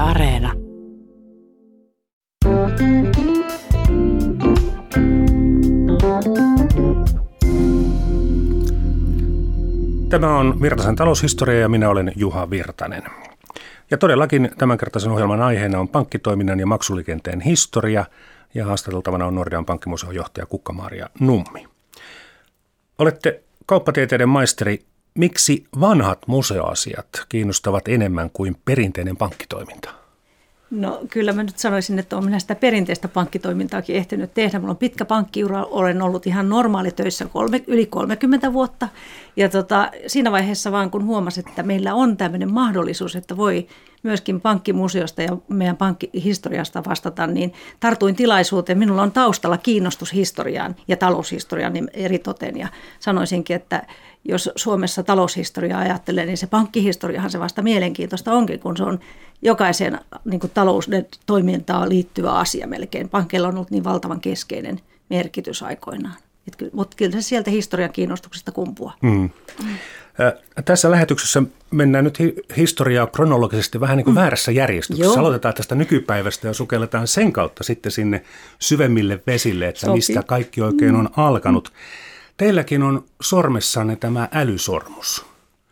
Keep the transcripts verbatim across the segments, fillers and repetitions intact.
Areena. Tämä on Virtasen taloushistoria ja minä olen Juha Virtanen. Ja todellakin tämänkertaisen ohjelman aiheena on pankkitoiminnan ja maksuliikenteen historia ja haastateltavana on Nordean pankkimuseon johtaja Kukka-Maria Nummi. Olette kauppatieteiden maisteri. Miksi vanhat museoasiat kiinnostavat enemmän kuin perinteinen pankkitoiminta? No kyllä mä nyt sanoisin, että olen minä sitä perinteistä pankkitoimintaakin ehtinyt tehdä. Mulla on pitkä pankkiura, olen ollut ihan normaalitöissä kolme, yli kolmekymmentä vuotta. Ja tota, siinä vaiheessa vaan kun huomasin, että meillä on tämmöinen mahdollisuus, että voi myöskin pankkimuseosta ja meidän pankkihistoriasta vastata, niin tartuin tilaisuuteen. Minulla on taustalla kiinnostus historiaan ja taloushistoriaan niin eritoten ja sanoisinkin, että jos Suomessa taloushistoriaa ajattelee, niin se pankkihistoriahan se vasta mielenkiintoista onkin, kun se on jokaiseen niin kuin talouden toimintaan liittyvä asia melkein. Pankeilla on ollut niin valtavan keskeinen merkitys aikoinaan. Mutta kyllä se sieltä historian kiinnostuksesta kumpuaa. Hmm. Mm. Tässä lähetyksessä mennään nyt historiaa kronologisesti vähän niin kuin mm. väärässä järjestyksessä. Joo. Aloitetaan tästä nykypäivästä ja sukelletaan sen kautta sitten sinne syvemmille vesille, että Sopi. mistä kaikki oikein on alkanut. Teilläkin on sormessanne tämä älysormus.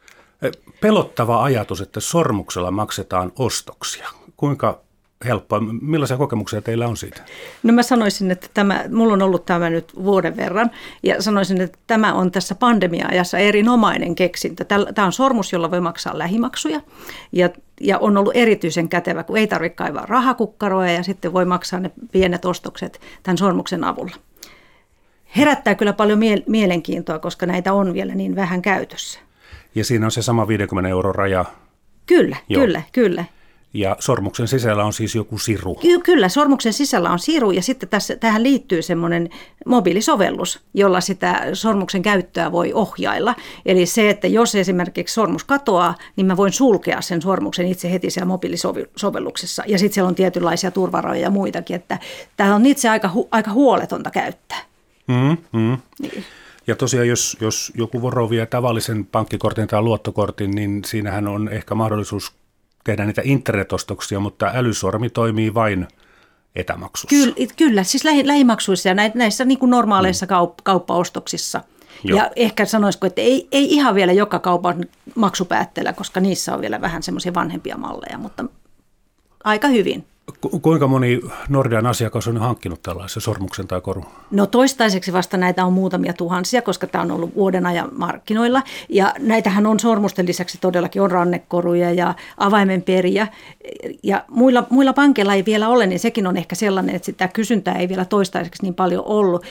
Pelottava ajatus, että sormuksella maksetaan ostoksia. Kuinka helppoa? Millaisia kokemuksia teillä on siitä? No mä sanoisin, että tämä, mulla on ollut tämä nyt vuoden verran ja sanoisin, että tämä on tässä pandemia-ajassa erinomainen keksintö. Tämä on sormus, jolla voi maksaa lähimaksuja ja, ja on ollut erityisen kätevä, kun ei tarvitse kaivaa rahakukkaroa ja sitten voi maksaa ne pienet ostokset tämän sormuksen avulla. Herättää kyllä paljon mie- mielenkiintoa, koska näitä on vielä niin vähän käytössä. Ja siinä on se sama viidenkymmenen euron raja. Kyllä, Joo. kyllä, kyllä. Ja sormuksen sisällä on siis joku siru. Ky- kyllä, sormuksen sisällä on siru ja sitten tässä, tähän liittyy semmoinen mobiilisovellus, jolla sitä sormuksen käyttöä voi ohjailla. Eli se, että jos esimerkiksi sormus katoaa, niin mä voin sulkea sen sormuksen itse heti siellä mobiilisovelluksessa. Ja sitten siellä on tietynlaisia turvarajoja ja muitakin, että tämä on itse aika, hu- aika huoletonta käyttää. Mm, mm. Niin. Ja tosiaan, jos, jos joku voroo vie tavallisen pankkikortin tai luottokortin, niin siinähän on ehkä mahdollisuus tehdä niitä internetostoksia, mutta älysormi toimii vain etämaksussa. Kyllä, kyllä siis lähi, lähimaksuissa ja näissä niin kuin normaaleissa mm. kaup- kauppaostoksissa. Joo. Ja ehkä sanoisiko, että ei, ei ihan vielä joka kaupan maksupäätteellä, koska niissä on vielä vähän semmoisia vanhempia malleja, mutta aika hyvin. Ku- kuinka moni Nordean asiakas on hankkinut tällaisen sormuksen tai korun? No toistaiseksi vasta näitä on muutamia tuhansia, koska tämä on ollut vuoden ajan markkinoilla. Ja näitähän on sormusten lisäksi todellakin on rannekoruja ja avaimenperiä. Ja muilla, muilla pankeilla ei vielä ole, niin sekin on ehkä sellainen, että sitä kysyntää ei vielä toistaiseksi niin paljon ollut.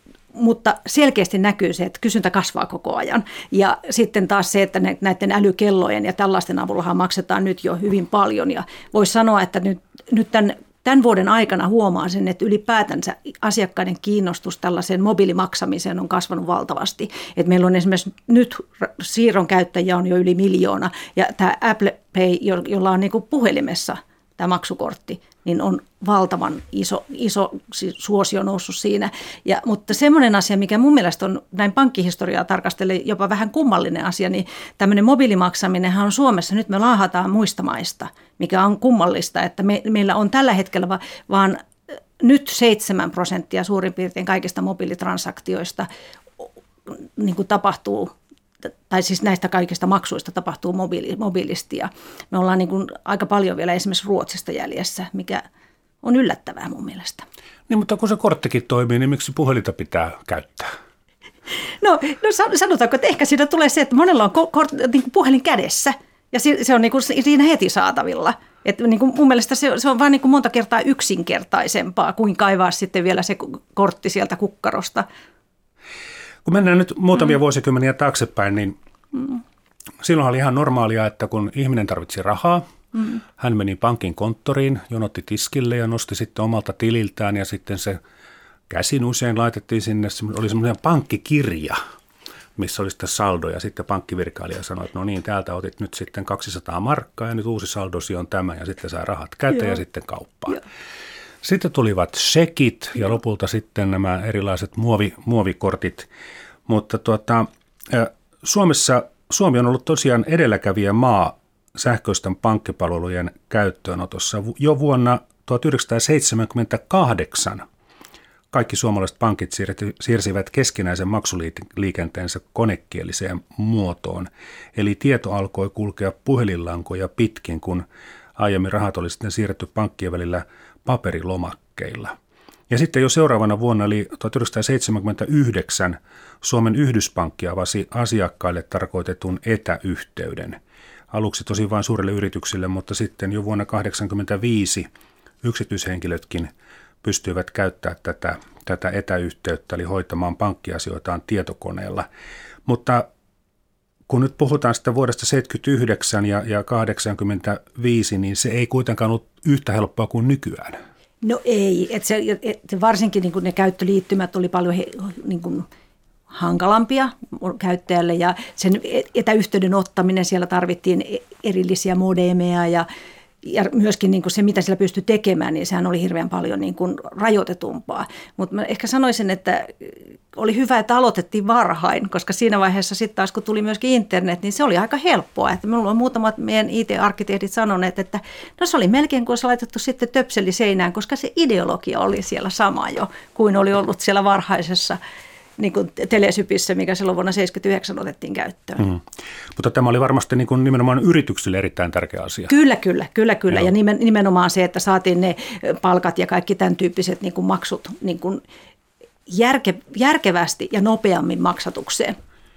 Mutta selkeästi näkyy se, että kysyntä kasvaa koko ajan. Ja sitten taas se, että näiden älykellojen ja tällaisten avullahan maksetaan nyt jo hyvin paljon. Ja voisi sanoa, että nyt, nyt tämän, tämän vuoden aikana huomaa sen, että ylipäätänsä asiakkaiden kiinnostus tällaiseen mobiilimaksamiseen on kasvanut valtavasti. Et meillä on esimerkiksi nyt siirron käyttäjiä on jo yli miljoona. Ja tämä Apple Pay, jolla on niin kuin puhelimessa tämä maksukortti, niin on valtavan iso, iso suosio noussut siinä. Ja, mutta semmoinen asia, mikä mun mielestä on näin pankkihistoriaa tarkastellen jopa vähän kummallinen asia, niin tämmöinen mobiilimaksaminenhan on Suomessa, nyt me laahataan muista maista, mikä on kummallista, että me, meillä on tällä hetkellä va, vaan nyt seitsemän prosenttia suurin piirtein kaikista mobiilitransaktioista niin kuin tapahtuu, tai siis näistä kaikista maksuista tapahtuu mobiili, mobiilisti ja me ollaan niin kuin aika paljon vielä esimerkiksi Ruotsista jäljessä, mikä on yllättävää mun mielestä. Niin, mutta kun se korttikin toimii, niin miksi puhelinta pitää käyttää? No, no sanotaanko, että ehkä siinä tulee se, että monella on kort, niin kuin puhelin kädessä ja se on niin kuin siinä heti saatavilla. Että niin kuin mun mielestä se, se on vaan niin kuin monta kertaa yksinkertaisempaa kuin kaivaa sitten vielä se kortti sieltä kukkarosta. Kun mennään nyt muutamia mm. vuosikymmeniä taaksepäin, niin mm. silloin oli ihan normaalia, että kun ihminen tarvitsi rahaa, mm. hän meni pankin konttoriin, jonotti tiskille ja nosti sitten omalta tililtään ja sitten se käsin usein laitettiin sinne, oli semmoinen pankkikirja, missä oli sitten saldo ja sitten pankkivirkailija sanoi, että no niin, täältä otit nyt sitten kaksisataa markkaa ja nyt uusi saldosi on tämä ja sitten saa rahat käteen Joo. ja sitten kauppaan. Joo. Sitten tulivat shekit ja lopulta sitten nämä erilaiset muovi, muovikortit, mutta tuota, Suomessa, Suomi on ollut tosiaan edelläkävijä maa sähköisten pankkipalvelujen käyttöönotossa. Jo vuonna tuhatyhdeksänsataaseitsemänkymmentäkahdeksan kaikki suomalaiset pankit siirsivät keskinäisen maksuliikenteensä konekieliseen muotoon. Eli tieto alkoi kulkea puhelinlankoja pitkin, kun aiemmin rahat oli sitten siirretty pankkien välillä paperilomakkeilla. Ja sitten jo seuraavana vuonna, eli tuhatyhdeksänsataaseitsemänkymmentäyhdeksän, Suomen Yhdyspankki avasi asiakkaille tarkoitetun etäyhteyden. Aluksi tosi vain suurille yrityksille, mutta sitten jo vuonna tuhatyhdeksänsataakahdeksankymmentäviisi yksityishenkilötkin pystyivät käyttämään tätä, tätä etäyhteyttä, eli hoitamaan pankkiasioitaan tietokoneella. Mutta kun nyt puhutaan sitä vuodesta seitsemänkymmentäyhdeksän ja, ja kahdeksankymmentäviisi, niin se ei kuitenkaan ollut yhtä helppoa kuin nykyään. No ei, että se, et varsinkin niin kuin ne käyttöliittymät oli paljon he, niin kuin hankalampia käyttäjälle ja sen etäyhteyden ottaminen, siellä tarvittiin erillisiä modemeja ja Ja myöskin niin kuin se, mitä siellä pystyi tekemään, niin sehän oli hirveän paljon niin kuin rajoitetumpaa. Mutta mä ehkä sanoisin, että oli hyvä, että aloitettiin varhain, koska siinä vaiheessa sitten taas, kun tuli myöskin internet, niin se oli aika helppoa. Että minulla on muutamat meidän I T-arkkitehdit sanoneet, että no se oli melkein kuin olisi laitettu sitten töpseli seinään, koska se ideologia oli siellä sama jo, kuin oli ollut siellä varhaisessa niin kuin telesypissä, mikä silloin vuonna seitsemänkymmentäyhdeksän otettiin käyttöön. Mm. Mutta tämä oli varmasti niin kuin nimenomaan yrityksille erittäin tärkeä asia. Kyllä, kyllä, kyllä, kyllä. Joo. Ja nimenomaan se, että saatiin ne palkat ja kaikki tämän tyyppiset niin kuin maksut niin kuin järke, järkevästi ja nopeammin maksatukseen.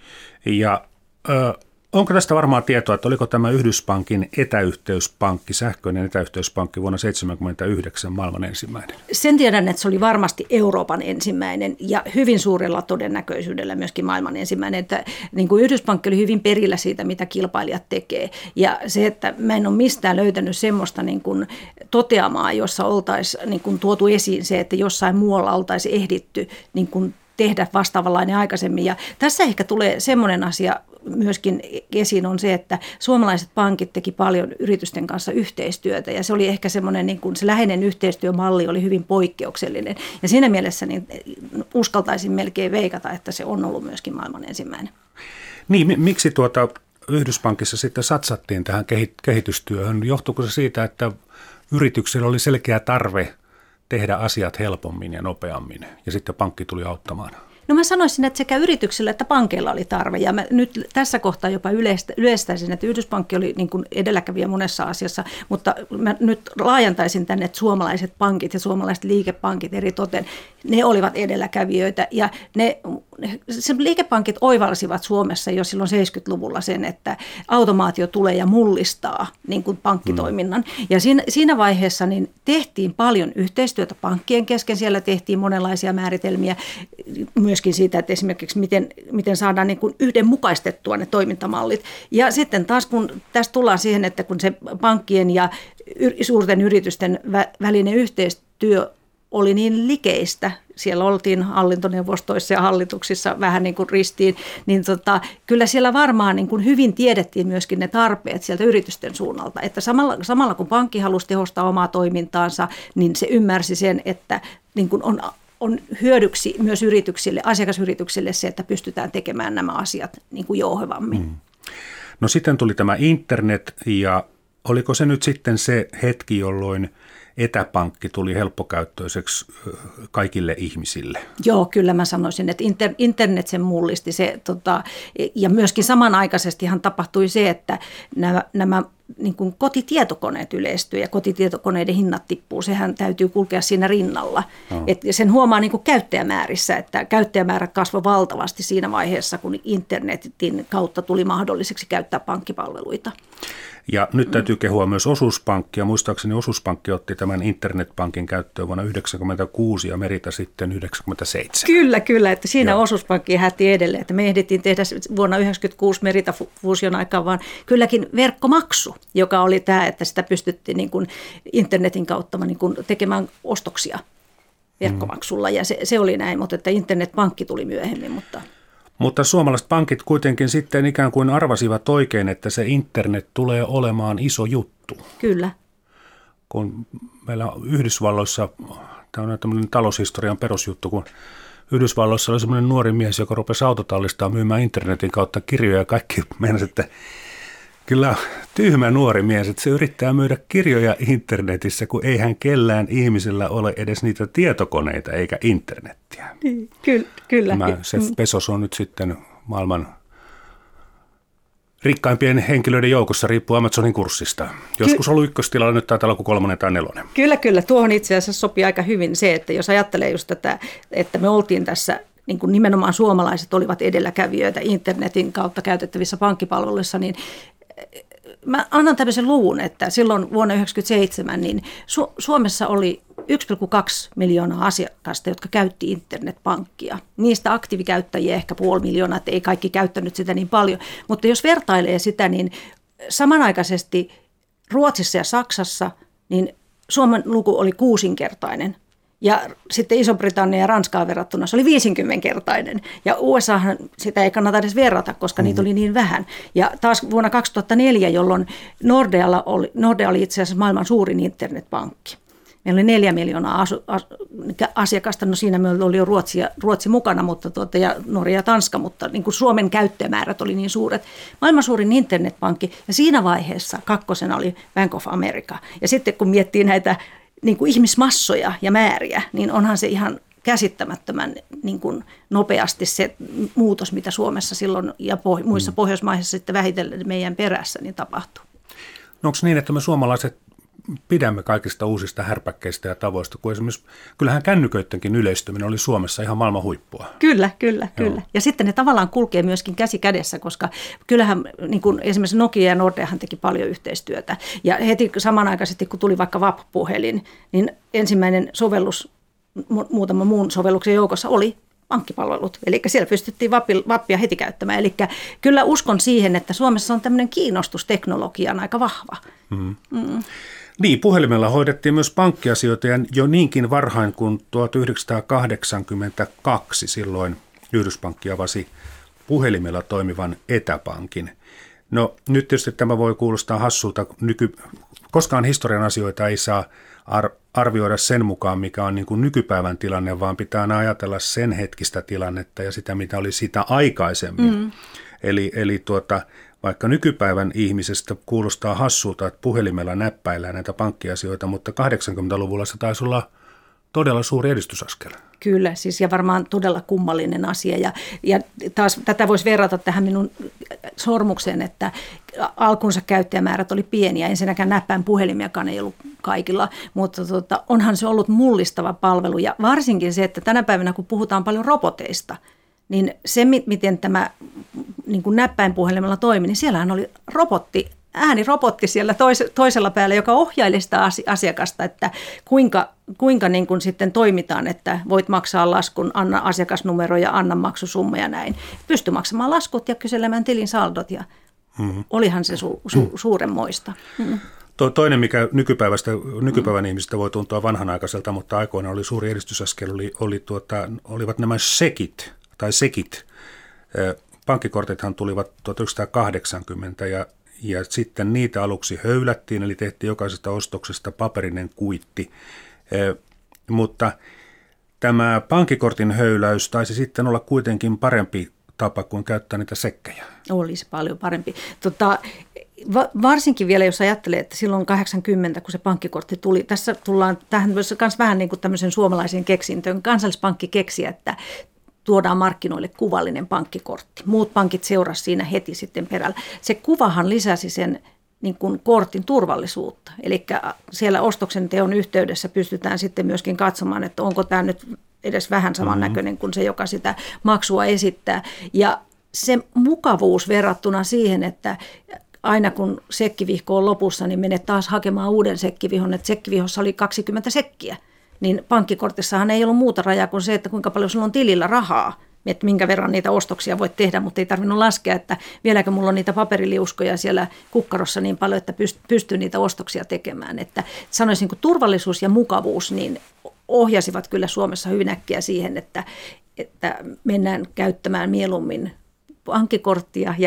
Ja ö, onko tästä varmaa tietoa, että oliko tämä Yhdyspankin etäyhteyspankki, sähköinen etäyhteyspankki vuonna seitsemänkymmentäyhdeksän maailman ensimmäinen? Sen tiedän, että se oli varmasti Euroopan ensimmäinen ja hyvin suurella todennäköisyydellä myöskin maailman ensimmäinen. Että, niin kuin Yhdyspankki oli hyvin perillä siitä, mitä kilpailijat tekee. Ja se, että mä en ole mistään löytänyt semmoista niin kuin toteamaa, jossa oltaisiin niin kuin tuotu esiin se, että jossain muualla oltaisiin ehditty niin kuin tehdä vastaavanlainen aikaisemmin. Ja tässä ehkä tulee semmoinen asia myöskin esiin on se, että suomalaiset pankit teki paljon yritysten kanssa yhteistyötä ja se oli ehkä semmoinen, niin kuin se läheinen yhteistyömalli oli hyvin poikkeuksellinen. Ja siinä mielessä niin uskaltaisin melkein veikata, että se on ollut myöskin maailman ensimmäinen. Niin, miksi tuota Yhdyspankissa sitten satsattiin tähän kehitystyöhön? Johtuuko se siitä, että yrityksillä oli selkeä tarve tehdä asiat helpommin ja nopeammin, ja sitten pankki tuli auttamaan? No mä sanoisin, että sekä yrityksillä että pankeilla oli tarve, ja mä nyt tässä kohtaa jopa yleistä, yleistäisin, että Yhdyspankki oli niin kuin edelläkävijä monessa asiassa, mutta mä nyt laajentaisin tänne, että suomalaiset pankit ja suomalaiset liikepankit eri toten, ne olivat edelläkävijöitä, ja ne, se liikepankit oivalsivat Suomessa jo silloin seitsemänkymmentäluvulla sen, että automaatio tulee ja mullistaa niin kuin pankkitoiminnan, mm. ja siinä, siinä vaiheessa niin tehtiin paljon yhteistyötä pankkien kesken, siellä tehtiin monenlaisia määritelmiä, myöskin siitä, että esimerkiksi miten, miten saadaan niin kuin yhdenmukaistettua ne toimintamallit. Ja sitten taas kun tässä tullaan siihen, että kun se pankkien ja suurten yritysten vä- välinen yhteistyö oli niin likeistä, siellä oltiin hallintoneuvostoissa ja hallituksissa vähän niin kuin ristiin, niin tota, kyllä siellä varmaan niin kuin hyvin tiedettiin myöskin ne tarpeet sieltä yritysten suunnalta, että samalla, samalla kun pankki halusi tehostaa omaa toimintaansa, niin se ymmärsi sen, että niin kuin on on hyödyksi myös yrityksille, asiakasyrityksille se, että pystytään tekemään nämä asiat niin kuin jouhevammin. Hmm. No sitten tuli tämä internet ja oliko se nyt sitten se hetki, jolloin etäpankki tuli helppokäyttöiseksi kaikille ihmisille? Joo, kyllä mä sanoisin, että inter, internet sen mullisti. Se, tota, ja myöskin samanaikaisestihan tapahtui se, että nämä, nämä niin kuin kotitietokoneet yleistyy ja kotitietokoneiden hinnat tippuu. Sehän täytyy kulkea siinä rinnalla. No. Et sen huomaa niin kuin käyttäjämäärissä, että käyttäjämäärät kasvoi valtavasti siinä vaiheessa, kun internetin kautta tuli mahdolliseksi käyttää pankkipalveluita. Ja nyt täytyy kehua myös osuuspankkia. Muistaakseni osuuspankki otti tämän internetpankin käyttöön vuonna yhdeksänkymmentäkuusi ja Merita sitten yhdeksänkymmentäseitsemän. Kyllä, kyllä. Että siinä Joo. osuuspankki hätti edelleen. Että me ehdittiin tehdä vuonna yhdeksänkymmentäkuusi Merita-fuusion aikaan, vaan kylläkin verkkomaksu, joka oli tämä, että sitä pystyttiin niin kuin internetin kautta niin kuin tekemään ostoksia verkkomaksulla. Ja se, se oli näin, mutta että internetpankki tuli myöhemmin, mutta... Mutta suomalaiset pankit kuitenkin sitten ikään kuin arvasivat oikein, että se internet tulee olemaan iso juttu. Kyllä. Kun meillä Yhdysvalloissa, tämä on tämmöinen taloushistorian perusjuttu, kun Yhdysvalloissa oli semmoinen nuori mies, joka rupesi autotallistaan myymään internetin kautta kirjoja ja kaikki meinasi, että Kyllä tyhmä nuori mies, että se yrittää myydä kirjoja internetissä, kun eihän kellään ihmisellä ole edes niitä tietokoneita eikä internettiä. Kyllä. kyllä. Tämä Jeff Bezos on nyt sitten maailman rikkaimpien henkilöiden joukossa, riippuu Amazonin kurssista. Joskus Ky- ollut ykköstilalla, nyt taitaa olla kuin kolmonen tai nelonen. Kyllä, kyllä. Tuohon itse asiassa sopii aika hyvin se, että jos ajattelee just tätä, että me oltiin tässä, niin kuin nimenomaan suomalaiset olivat edelläkävijöitä internetin kautta käytettävissä pankkipalveluissa, niin mä annan tämmöisen luvun, että silloin vuonna yhdeksänkymmentäseitsemän niin Su- Suomessa oli yksi pilkku kaksi miljoonaa asiakasta, jotka käytti internetpankkia. Niistä aktiivikäyttäjiä ehkä puoli miljoonaa, että ei kaikki käyttänyt sitä niin paljon. Mutta jos vertailee sitä, niin samanaikaisesti Ruotsissa ja Saksassa niin Suomen luku oli kuusinkertainen. Ja sitten Iso-Britannia ja Ranskaan verrattuna se oli viisikymmenkertainen. Ja U S Ahan sitä ei kannata edes verrata, koska mm-hmm. niitä oli niin vähän. Ja taas vuonna kaksituhattaneljä, jolloin Nordealla oli, Nordea oli itse asiassa maailman suurin internetpankki. Meillä oli neljä miljoonaa asu, as, asiakasta, no siinä meillä oli jo Ruotsi, Ruotsi mukana, mutta tuota, ja Norja ja Tanska, mutta niin kuin Suomen käyttäjämäärät oli niin suuret. Maailman suurin internetpankki, ja siinä vaiheessa kakkosena oli Bank of America. Ja sitten kun miettii näitä niin kuin ihmismassoja ja määriä, niin onhan se ihan käsittämättömän niin kuin nopeasti se muutos, mitä Suomessa silloin ja poh- muissa mm. Pohjoismaissa sitten vähitellen meidän perässä niin tapahtuu. No onko niin, että me suomalaiset pidämme kaikista uusista härpäkkeistä ja tavoista, kun esimerkiksi kyllähän kännyköidenkin yleistyminen oli Suomessa ihan maailman huippua. Kyllä, kyllä, Joo. kyllä. Ja sitten ne tavallaan kulkee myöskin käsi kädessä, koska kyllähän niin kuin esimerkiksi Nokia ja Nordeahan teki paljon yhteistyötä. Ja heti samanaikaisesti, kun tuli vaikka V A P-puhelin, niin ensimmäinen sovellus muutaman muun sovelluksen joukossa oli pankkipalvelut. Eli siellä pystyttiin vappia heti käyttämään. Eli kyllä uskon siihen, että Suomessa on tämmöinen kiinnostus teknologiaan aika vahva. Mm. Mm. Niin, puhelimella hoidettiin myös pankkiasioita ja jo niinkin varhain kuin tuhatyhdeksänsataakahdeksankymmentäkaksi silloin Yhdyspankki avasi puhelimella toimivan etäpankin. No nyt tietysti tämä voi kuulostaa hassulta. Nyky... Koskaan historian asioita ei saa ar- arvioida sen mukaan, mikä on niin kuin nykypäivän tilanne, vaan pitää aina ajatella sen hetkistä tilannetta ja sitä, mitä oli sitä aikaisemmin. Mm. Eli, eli tuota, vaikka nykypäivän ihmisestä kuulostaa hassulta, että puhelimella näppäillään näitä pankkiasioita, mutta kahdeksankymmentäluvulla se taisi olla todella suuri edistysaskel. Kyllä, siis ja varmaan todella kummallinen asia. Ja, ja taas tätä voisi verrata tähän minun sormukseen, että alkunsa käyttäjämäärät oli pieniä. Ensinnäkään näppäin puhelimiakaan ei ollut kaikilla, mutta tota, onhan se ollut mullistava palvelu. Ja varsinkin se, että tänä päivänä kun puhutaan paljon roboteista, niin se, miten tämä niin kuin näppäinpuhelimella toimi, niin siellähän oli robotti, äänirobotti siellä tois, toisella päällä, joka ohjaili sitä asiakasta, että kuinka, kuinka niin kuin sitten toimitaan, että voit maksaa laskun, anna asiakasnumero ja anna maksusumma ja näin. Pystyi maksamaan laskut ja kyselemään tilin saldot ja mm-hmm. olihan se su, su, suuremmoista. Mm. Toinen, mikä nykypäivästä, nykypäivän mm. ihmisistä voi tuntua vanhanaikaiselta, mutta aikoina oli suuri edistysaskel, oli, oli tuota, olivat nämä sekit tai sekit. Pankkikortithan tulivat tuhatyhdeksänsataakahdeksankymmentä ja, ja sitten niitä aluksi höylättiin, eli tehtiin jokaisesta ostoksesta paperinen kuitti. E, mutta tämä pankkikortin höyläys taisi sitten olla kuitenkin parempi tapa kuin käyttää niitä sekkejä. Olisi paljon parempi. Tota, va- varsinkin vielä, jos ajattelee, että silloin kahdeksankymmentä, kun se pankkikortti tuli, tässä tullaan tähän myös vähän niin kuin tämmöisen suomalaisen keksintöön. Kansallispankki keksi, että tuodaan markkinoille kuvallinen pankkikortti. Muut pankit seurasivat siinä heti sitten perällä. Se kuvahan lisäsi sen niin kuin kortin turvallisuutta. Eli siellä ostoksen teon yhteydessä pystytään sitten myöskin katsomaan, että onko tämä nyt edes vähän samannäköinen kuin se, joka sitä maksua esittää. Ja se mukavuus verrattuna siihen, että aina kun sekkivihko on lopussa, niin menet taas hakemaan uuden sekkivihon, että sekkivihossa oli kaksikymmentä sekkiä. Niin pankkikortissahan ei ollut muuta rajaa kuin se, että kuinka paljon sulla on tilillä rahaa, että minkä verran niitä ostoksia voit tehdä, mutta ei tarvinnut laskea, että vieläkö mulla on niitä paperiliuskoja siellä kukkarossa niin paljon, että pystyy niitä ostoksia tekemään. Että sanoisin, kun turvallisuus ja mukavuus niin ohjasivat kyllä Suomessa hyvin äkkiä siihen, että, että mennään käyttämään mieluummin pankkikorttia ja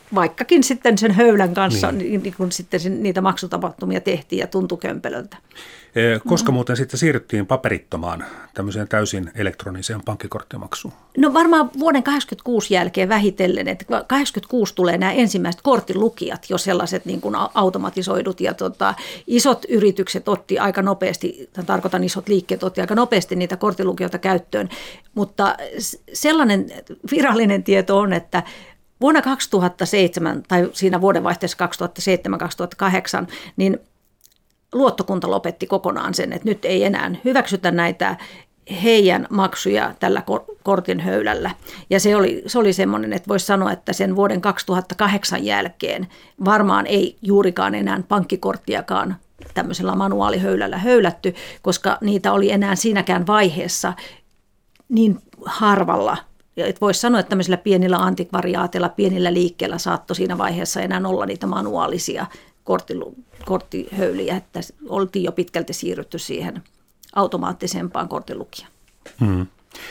vaikkakin sitten sen höylän kanssa niin. Niin kun sitten niitä maksutapahtumia tehtiin ja tuntui kömpelöltä. Koska muuten sitten siirryttiin paperittomaan tämmöiseen täysin elektroniseen pankkikorttimaksuun? No varmaan vuoden kahdeksankymmentäkuusi jälkeen vähitellen, että kahdeksankymmentäkuusi tulee nämä ensimmäiset korttilukijat, jo sellaiset niin kuin automatisoidut ja tota, isot yritykset otti aika nopeasti, tarkoitan isot liikkeet otti aika nopeasti niitä korttilukijoita käyttöön, mutta sellainen virallinen tieto on, että vuonna kaksituhattaseitsemän tai siinä vuodenvaihteessa kaksituhattaseitsemän kaksituhattakahdeksan, niin luottokunta lopetti kokonaan sen, että nyt ei enää hyväksytä näitä heidän maksuja tällä kortin höylällä. Ja se oli, se oli semmoinen, että voisi sanoa, että sen vuoden kaksituhattakahdeksan jälkeen varmaan ei juurikaan enää pankkikorttiakaan tämmöisellä manuaalihöylällä höylätty, koska niitä oli enää siinäkään vaiheessa niin harvalla. Että voisi sanoa, että tämmöisillä pienillä antikvariaateilla, pienillä liikkeillä saattoi siinä vaiheessa enää olla niitä manuaalisia korttihöyliä, että oltiin jo pitkälti siirrytty siihen automaattisempaan korttilukijaan. Hmm.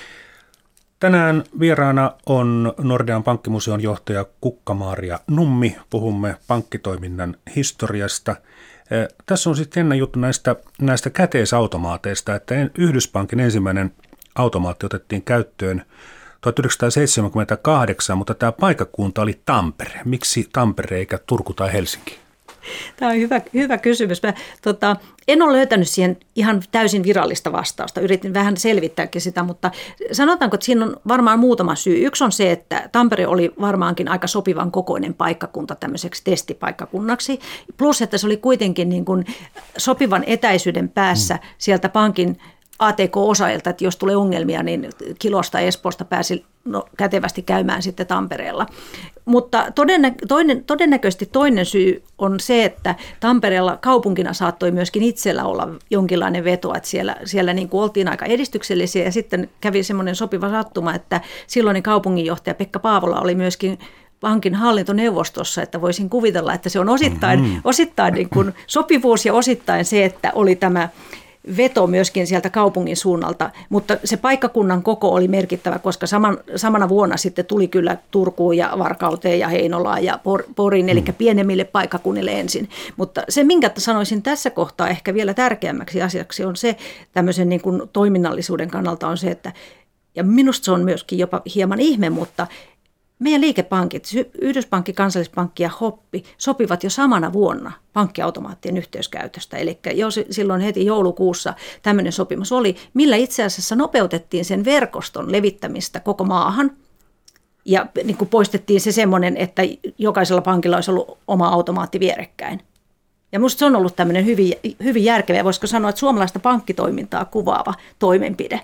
Tänään vieraana on Nordean pankkimuseon johtaja Kukka-Maaria Nummi. Puhumme pankkitoiminnan historiasta. Tässä on sitten jännä juttu näistä, näistä käteisautomaateista, että Yhdyspankin ensimmäinen automaatti otettiin käyttöön tuhatyhdeksänsataaseitsemänkymmentäkahdeksan, mutta tämä paikkakunta oli Tampere. Miksi Tampere eikä Turku tai Helsinki? Tämä on hyvä, hyvä kysymys. Mä, tota, en ole löytänyt siihen ihan täysin virallista vastausta. Yritin vähän selvittääkin sitä, mutta sanotaanko, että siinä on varmaan muutama syy. Yksi on se, että Tampere oli varmaankin aika sopivan kokoinen paikkakunta tämmöiseksi testipaikkakunnaksi. Plus, että se oli kuitenkin niin kuin sopivan etäisyyden päässä mm. sieltä pankin A T K-osaajilta, että jos tulee ongelmia, niin Kilosta Espoosta pääsi no, kätevästi käymään sitten Tampereella. Mutta todennä, toinen, todennäköisesti toinen syy on se, että Tampereella kaupunkina saattoi myöskin itsellä olla jonkinlainen veto, että siellä, siellä niin kuin oltiin aika edistyksellisiä ja sitten kävi semmoinen sopiva sattuma, että silloinen kaupunginjohtaja Pekka Paavola oli myöskin pankin hallintoneuvostossa, että voisin kuvitella, että se on osittain, mm-hmm. osittain niin kuin sopivuus ja osittain se, että oli tämä veto myöskin sieltä kaupungin suunnalta, mutta se paikkakunnan koko oli merkittävä, koska saman, samana vuonna sitten tuli kyllä Turkuun ja Varkauteen ja Heinolaan ja Por, Poriin, eli pienemmille paikkakunnille ensin. Mutta se, minkä sanoisin tässä kohtaa ehkä vielä tärkeämmäksi asiaksi on se, tämmöisen niin kuin toiminnallisuuden kannalta on se, että, ja minusta se on myöskin jopa hieman ihme, mutta meidän liikepankit, Yhdyspankki, Kansallispankki ja Hoppi sopivat jo samana vuonna pankkiautomaattien yhteiskäytöstä. Eli jo silloin heti joulukuussa tämmöinen sopimus oli, millä itse asiassa nopeutettiin sen verkoston levittämistä koko maahan. Ja niin kuin poistettiin se semmoinen, että jokaisella pankilla olisi ollut oma automaatti vierekkäin. Ja minusta se on ollut tämmöinen hyvin, hyvin järkevä, voisiko sanoa, että suomalaista pankkitoimintaa kuvaava toimenpide.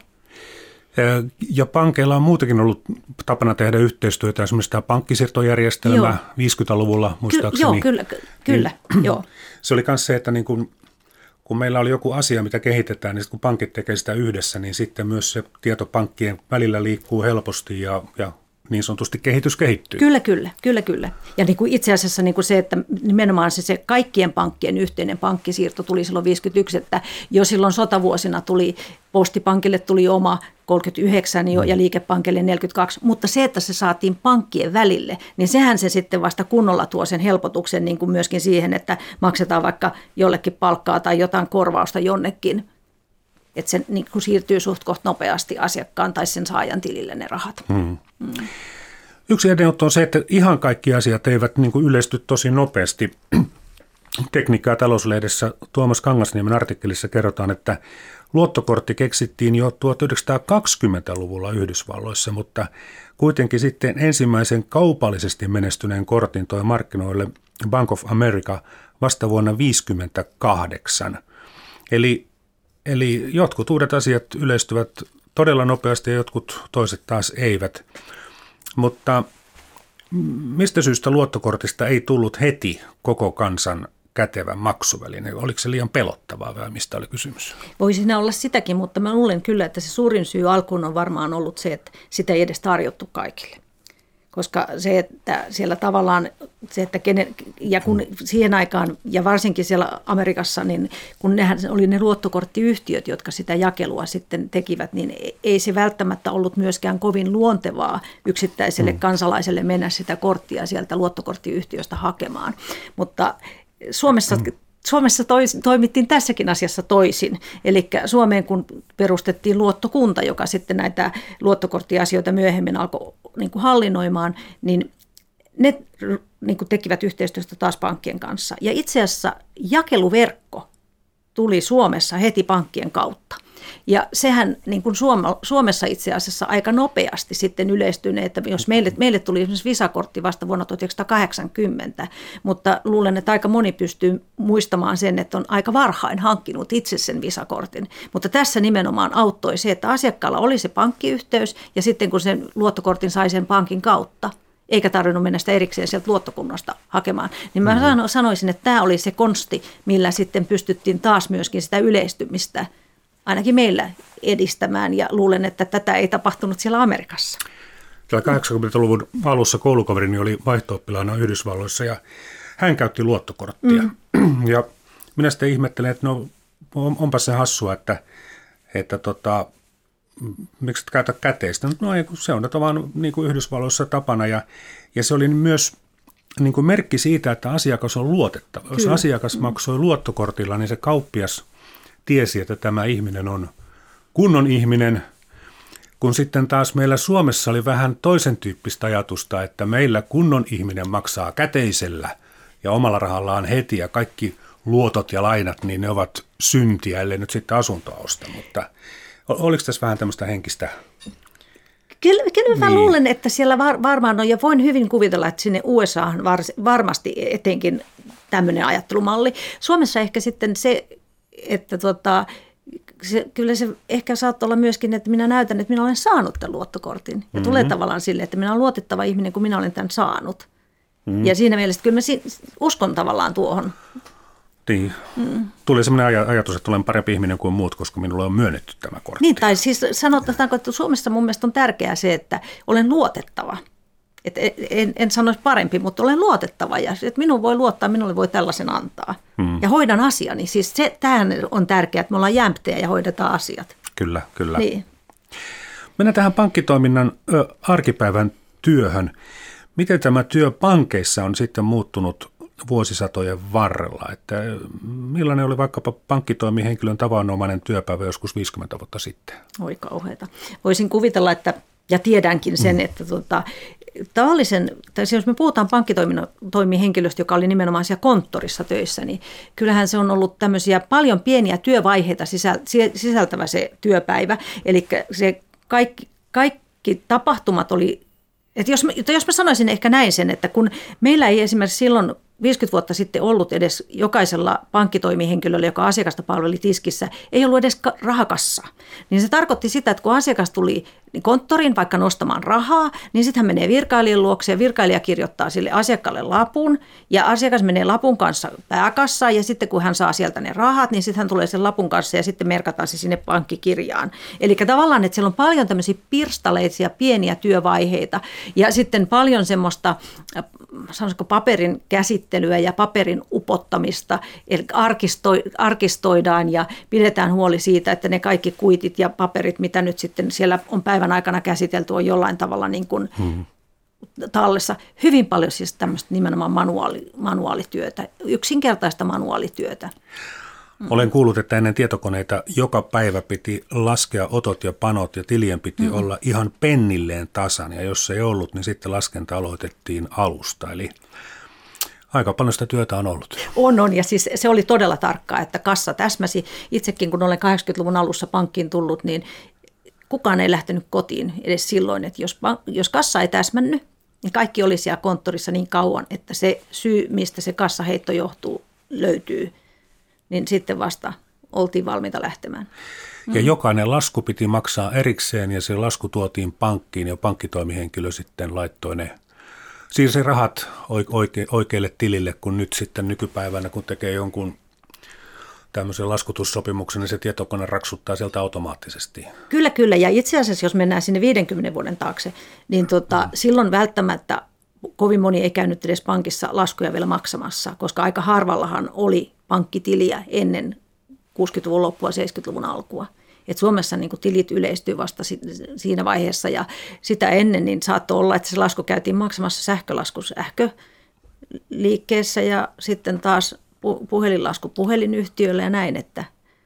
Ja pankeilla on muutenkin ollut tapana tehdä yhteistyötä, esimerkiksi tämä pankkisiirtojärjestelmä joo. viisikymmentäluvulla muistaakseni. Ky- joo, kyllä. kyllä niin, joo. Se oli myös se, että niin kun, kun meillä oli joku asia, mitä kehitetään, niin kun pankit tekee sitä yhdessä, niin sitten myös se tieto pankkien välillä liikkuu helposti ja, ja niin sanotusti kehitys kehittyy. Kyllä, kyllä, kyllä, kyllä. Ja niin kuin itse asiassa niin kuin se, että nimenomaan se, se kaikkien pankkien yhteinen pankkisiirto tuli silloin viisikymmentäyksi, että jo silloin sotavuosina tuli, Postipankille tuli oma kolmekymmentäyhdeksän jo, ja Liikepankille neljäkymmentäkaksi, mutta se, että se saatiin pankkien välille, niin sehän se sitten vasta kunnolla tuo sen helpotuksen niin kuin myöskin siihen, että maksetaan vaikka jollekin palkkaa tai jotain korvausta jonnekin. Että se niin kuin siirtyy suht koht nopeasti asiakkaan tai sen saajan tilille ne rahat. Hmm. Hmm. Yksi edenotto on se, että ihan kaikki asiat eivät niin kuin yleisty tosi nopeasti. Tekniikka- ja talouslehdessä Tuomas Kangasniemen artikkelissa kerrotaan, että luottokortti keksittiin jo tuhatyhdeksänsataakaksikymmentäluvulla Yhdysvalloissa, mutta kuitenkin sitten ensimmäisen kaupallisesti menestyneen kortin toi markkinoille Bank of America vasta vuonna tuhatyhdeksänsataaviisikymmentäkahdeksan. Eli Eli jotkut uudet asiat yleistyvät todella nopeasti ja jotkut toiset taas eivät. Mutta mistä syystä luottokortista ei tullut heti koko kansan kätevä maksuväline? Oliko se liian pelottavaa vai mistä oli kysymys? Voi siinä olla sitäkin, mutta mä luulen kyllä, että se suurin syy alkuun on varmaan ollut se, että sitä ei edes tarjottu kaikille. Koska se, että siellä tavallaan, se, että kenen, ja kun siihen aikaan, ja varsinkin siellä Amerikassa, niin kun nehän oli ne luottokorttiyhtiöt, jotka sitä jakelua sitten tekivät, niin ei se välttämättä ollut myöskään kovin luontevaa yksittäiselle kansalaiselle mennä sitä korttia sieltä luottokorttiyhtiöstä hakemaan. Mutta Suomessa Suomessa tois, toimittiin tässäkin asiassa toisin. Eli Suomeen kun perustettiin luottokunta, joka sitten näitä luottokorttiasioita myöhemmin alkoi niin kuin hallinnoimaan, niin ne niin kuin tekivät yhteistyöstä taas pankkien kanssa. Ja itse asiassa jakeluverkko tuli Suomessa heti pankkien kautta. Ja sehän niin kuin Suomessa itse asiassa aika nopeasti sitten yleistyi, että jos meille, meille tuli esimerkiksi Visa-kortti vasta vuonna tuhatyhdeksänsataakahdeksankymmentä, mutta luulen, että aika moni pystyy muistamaan sen, että on aika varhain hankkinut itse sen Visa-kortin. Mutta tässä nimenomaan auttoi se, että asiakkaalla oli se pankkiyhteys ja sitten kun sen luottokortin sai sen pankin kautta, eikä tarvinnut mennä sitä erikseen sieltä luottokunnasta hakemaan, niin mä mm-hmm. sanoisin, että tämä oli se konsti, millä sitten pystyttiin taas myöskin sitä yleistymistä ainakin meillä edistämään, ja luulen, että tätä ei tapahtunut siellä Amerikassa. Siellä kahdeksankymmentäluvun alussa koulukaverini oli vaihto-oppilaana Yhdysvalloissa, ja hän käytti luottokorttia. Mm. Ja minä sitten ihmettelen, että no onpa se hassua, että, että tota, miksi et käytä käteistä? No ei, se on vaan niin kuin Yhdysvalloissa tapana, ja, ja se oli myös niin kuin merkki siitä, että asiakas on luotettava. Kyllä. Jos asiakas maksoi luottokortilla, niin se kauppias tiesi, että tämä ihminen on kunnon ihminen, kun sitten taas meillä Suomessa oli vähän toisen tyyppistä ajatusta, että meillä kunnon ihminen maksaa käteisellä ja omalla rahallaan heti ja kaikki luotot ja lainat, niin ne ovat syntiä, ellei nyt sitten asuntoa osta, mutta oliko tässä vähän tämmöistä henkistä? Kyllä, kyllä mä niin. luulen, että siellä var, varmaan on, ja voin hyvin kuvitella, että sinne U S A:han var, varmasti etenkin tämmöinen ajattelumalli. Suomessa ehkä sitten se, että tota, se, kyllä se ehkä saattaa olla myöskin, että minä näytän, että minä olen saanut tämän luottokortin. Ja mm-hmm. tulee tavallaan sille, että minä olen luotettava ihminen, kun minä olen tämän saanut. Mm-hmm. Ja siinä mielessä kyllä mä si- uskon tavallaan tuohon. Niin. Mm. Tuli sellainen ajatus, että olen parempi ihminen kuin muut, koska minulle on myönnetty tämä kortti. Niin, tai siis sanotaanko, että Suomessa mun mielestä on tärkeää se, että olen luotettava. Et en, en sanoisi parempi, mutta olen luotettava ja että minun voi luottaa, minulle voi tällaisen antaa. Hmm. Ja hoidan asiani. Siis se, tämähän on tärkeää, että me ollaan jämptejä ja hoidetaan asiat. Kyllä, kyllä. Niin. Mennään tähän pankkitoiminnan ö, arkipäivän työhön. Miten tämä työ pankeissa on sitten muuttunut vuosisatojen varrella? Että millainen oli vaikkapa pankkitoimihenkilön tavanomainen työpäivä joskus viisikymmentä vuotta sitten? Oi kauheata. Voisin kuvitella, että ja tiedänkin sen, mm. että tota, tavallisen, tai jos me puhutaan pankkitoimihenkilöstä, joka oli nimenomaan siellä konttorissa töissä, niin kyllähän se on ollut tämmöisiä paljon pieniä työvaiheita sisältävä se työpäivä. Eli se kaikki, kaikki tapahtumat oli, että jos, jos mä sanoisin ehkä näin sen, että kun meillä ei esimerkiksi silloin viisikymmentä vuotta sitten ollut edes jokaisella pankkitoimihenkilöllä, joka asiakasta palveli tiskissä, ei ollut edes rahakassa. Niin se tarkoitti sitä, että kun asiakas tuli konttoriin vaikka nostamaan rahaa, niin sitten hän menee virkailijan luokse ja virkailija kirjoittaa sille asiakkaalle lapun ja asiakas menee lapun kanssa pääkassaan ja sitten kun hän saa sieltä ne rahat, niin sitten hän tulee sen lapun kanssa ja sitten merkataan se sinne pankkikirjaan. Eli tavallaan, että siellä on paljon tämmöisiä pirstaleisia pieniä työvaiheita ja sitten paljon semmoista, sanoisiko paperin käsittelyä ja paperin upottamista, eli arkistoi, arkistoidaan ja pidetään huoli siitä, että ne kaikki kuitit ja paperit, mitä nyt sitten siellä on päivän aikana käsitelty, on jollain tavalla niin kuin hmm. tallessa. Hyvin paljon siis tämmöistä nimenomaan manuaali, manuaalityötä, yksinkertaista manuaalityötä. Olen kuullut, että ennen tietokoneita joka päivä piti laskea otot ja panot ja tilien piti mm-hmm. olla ihan pennilleen tasan ja jos ei ollut, niin sitten laskenta aloitettiin alusta. Eli aika paljon sitä työtä on ollut. On, on ja siis se oli todella tarkkaa, että kassa täsmäsi. Itsekin kun olen kahdeksankymmentäluvun alussa pankkiin tullut, niin kukaan ei lähtenyt kotiin edes silloin, että jos, jos kassa ei täsmännyt, niin kaikki oli siellä konttorissa niin kauan, että se syy, mistä se kassaheitto johtuu, löytyy. Niin sitten vasta oltiin valmiita lähtemään. Ja mm. jokainen lasku piti maksaa erikseen ja se lasku tuotiin pankkiin ja pankkitoimihenkilö sitten laittoi ne, siirsi rahat oike, oikealle tilille, kun nyt sitten nykypäivänä, kun tekee jonkun tämmöisen laskutussopimuksen, niin se tietokone raksuttaa sieltä automaattisesti. Kyllä, kyllä. Ja itse asiassa, jos mennään sinne viidenkymmenen vuoden taakse, niin tota, mm. silloin välttämättä kovin moni ei käynyt edes pankissa laskuja vielä maksamassa, koska aika harvallahan oli pankkitiliä ennen kuusikymmentäluvun loppua, seitsemänkymmentäluvun alkua. Et Suomessa niin kuin tilit yleistyy vasta siinä vaiheessa ja sitä ennen niin saattoi olla, että se lasku käytiin maksamassa sähkölasku sähköliikkeessä ja sitten taas puhelinlasku puhelinyhtiölle ja näin. Että.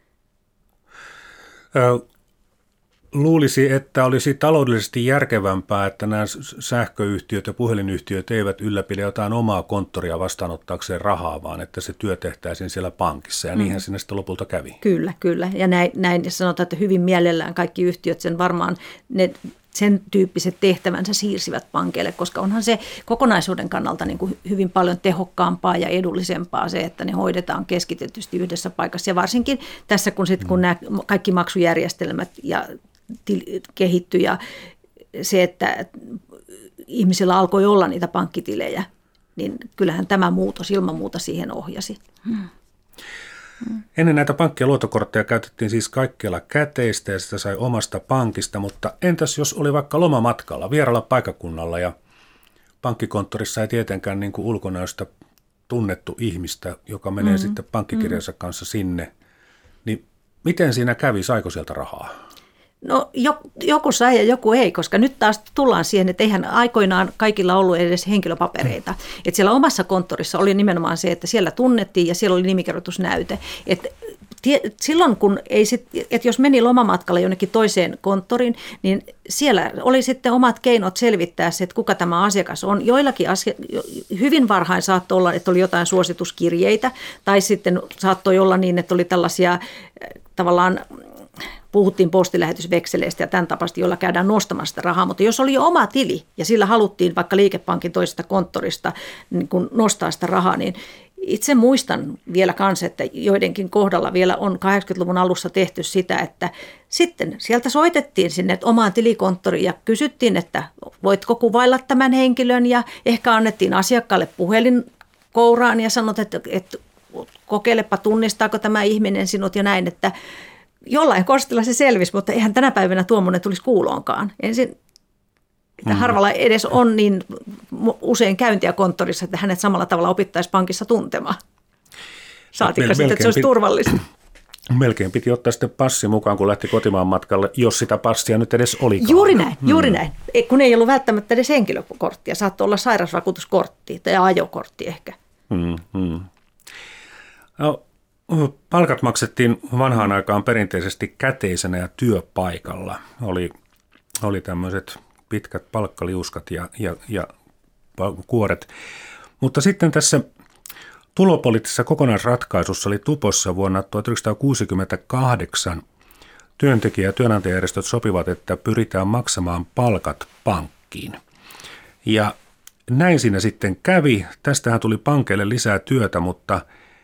Luulisi, että olisi taloudellisesti järkevämpää, että nämä sähköyhtiöt ja puhelinyhtiöt eivät ylläpidä jotain omaa konttoria vastaanottaakseen rahaa, vaan että se työ tehtäisiin siellä pankissa, ja niinhän mm. sinne sitten lopulta kävi. Kyllä, kyllä. Ja näin, näin sanotaan, että hyvin mielellään kaikki yhtiöt sen varmaan, ne, sen tyyppiset tehtävänsä siirsivät pankeille, koska onhan se kokonaisuuden kannalta niin kuin hyvin paljon tehokkaampaa ja edullisempaa se, että ne hoidetaan keskitetysti yhdessä paikassa. Ja varsinkin tässä, kun, sit, kun mm. nämä kaikki maksujärjestelmät ja kehittyi ja se, että ihmisillä alkoi olla niitä pankkitilejä, niin kyllähän tämä muutos ilman muuta siihen ohjasi. Hmm. Hmm. Ennen näitä pankki- ja luottokortteja käytettiin siis kaikkialla käteistä ja sitä sai omasta pankista, mutta entäs jos oli vaikka lomamatkalla, vieraalla paikakunnalla ja pankkikonttorissa ei tietenkään niin kuin ulkonäöstä tunnettu ihmistä, joka menee hmm. sitten pankkikirjansa hmm. kanssa sinne, niin miten siinä kävi, saiko sieltä rahaa? No joku sai ja joku ei, koska nyt taas tullaan siihen, että eihän aikoinaan kaikilla ollut edes henkilöpapereita. Että siellä omassa konttorissa oli nimenomaan se, että siellä tunnettiin ja siellä oli nimikirjoitusnäyte. Että silloin kun ei sit, että jos meni lomamatkalla jonnekin toiseen konttoriin, niin siellä oli sitten omat keinot selvittää se, että kuka tämä asiakas on. Joillakin asia, hyvin varhain saattoi olla, että oli jotain suosituskirjeitä tai sitten saattoi olla niin, että oli tällaisia tavallaan puhuttiin postilähetysvekseleistä ja tämän tapaisesti, jolla käydään nostamassa sitä rahaa, mutta jos oli jo oma tili ja sillä haluttiin vaikka liikepankin toisesta konttorista niin kun nostaa sitä rahaa, niin itse muistan vielä kanssa, että joidenkin kohdalla vielä on kahdeksankymmentäluvun alussa tehty sitä, että sitten sieltä soitettiin sinne omaan tilikonttoriin ja kysyttiin, että voitko kuvailla tämän henkilön ja ehkä annettiin asiakkaalle puhelin kouraan ja sanot, että, että kokeilepa tunnistaako tämä ihminen sinut ja näin, että jollain konstilla se selvisi, mutta eihän tänä päivänä tuommoinen tulisi kuuloonkaan. Ensin mm. harvalla edes on niin usein käyntiä konttorissa, että hänet samalla tavalla opittaisi pankissa tuntemaan. Saatikka sitten, että se olisi turvallista. Melkein piti ottaa sitten passi mukaan, kun lähti kotimaan matkalle, jos sitä passia nyt edes olikaan. Juuri näin, mm. juuri näin. Kun ei ollut välttämättä edes henkilökorttia, saattoi olla sairausvakuutuskortti tai ajokortti ehkä. Mm, mm. No, palkat maksettiin vanhaan aikaan perinteisesti käteisenä ja työpaikalla. Oli, oli tämmöiset pitkät palkkaliuskat ja, ja, ja kuoret. Mutta sitten tässä tulopoliittisessa kokonaisratkaisussa oli tupossa vuonna tuhatyhdeksänsataakuusikymmentäkahdeksan työntekijä- ja työnantajajärjestöt sopivat, että pyritään maksamaan palkat pankkiin. Ja näin siinä sitten kävi. Tästähän tuli pankeille lisää työtä, mutta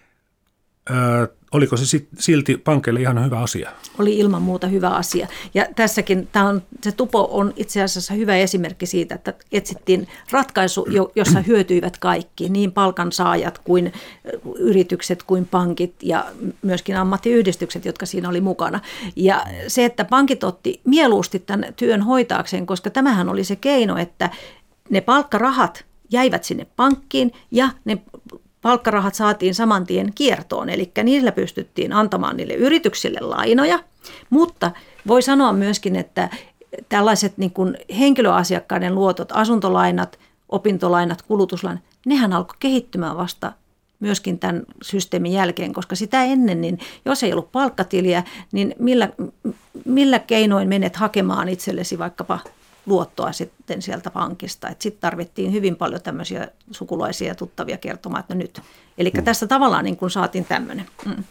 Öö, oliko se silti pankeille ihan hyvä asia? Oli ilman muuta hyvä asia. Ja tässäkin tämä on, se tupo on itse asiassa hyvä esimerkki siitä, että etsittiin ratkaisu, jossa hyötyivät kaikki, niin palkansaajat kuin yritykset kuin pankit ja myöskin ammattiyhdistykset, jotka siinä oli mukana. Ja se, että pankit otti mieluusti tämän työn hoitaakseen, koska tämähän oli se keino, että ne palkkarahat jäivät sinne pankkiin ja ne palkkarahat saatiin saman tien kiertoon, eli niillä pystyttiin antamaan niille yrityksille lainoja, mutta voi sanoa myöskin, että tällaiset niin kuin henkilöasiakkaiden luotot, asuntolainat, opintolainat, kulutuslainat, nehän alkoi kehittymään vasta myöskin tämän systeemin jälkeen, koska sitä ennen, niin jos ei ollut palkkatiliä, niin millä, millä keinoin menet hakemaan itsellesi vaikkapa luottoa sitten sieltä pankista. Sitten tarvittiin hyvin paljon tämmöisiä sukulaisia ja tuttavia kertomaan, että no nyt. Eli mm. tässä tavallaan niin kuin saatiin tämmöinen. Mm.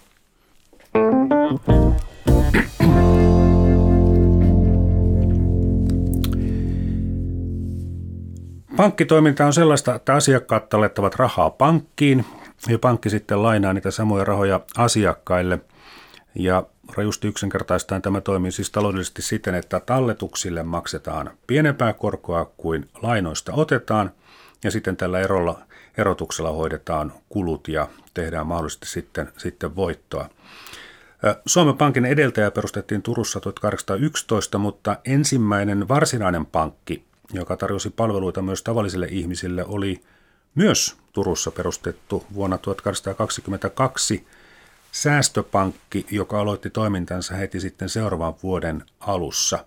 Pankkitoiminta on sellaista, että asiakkaat tallettavat rahaa pankkiin ja pankki sitten lainaa niitä samoja rahoja asiakkaille. Ja rajusti yksinkertaistaan tämä toimii siis taloudellisesti siten, että talletuksille maksetaan pienempää korkoa kuin lainoista otetaan ja sitten tällä erolla, erotuksella hoidetaan kulut ja tehdään mahdollisesti sitten, sitten voittoa. Suomen Pankin edeltäjä perustettiin Turussa tuhatkahdeksansataayksitoista, mutta ensimmäinen varsinainen pankki, joka tarjosi palveluita myös tavallisille ihmisille, oli myös Turussa perustettu vuonna tuhatkahdeksansataakaksikymmentäkaksi säästöpankki, joka aloitti toimintansa heti sitten seuraavan vuoden alussa.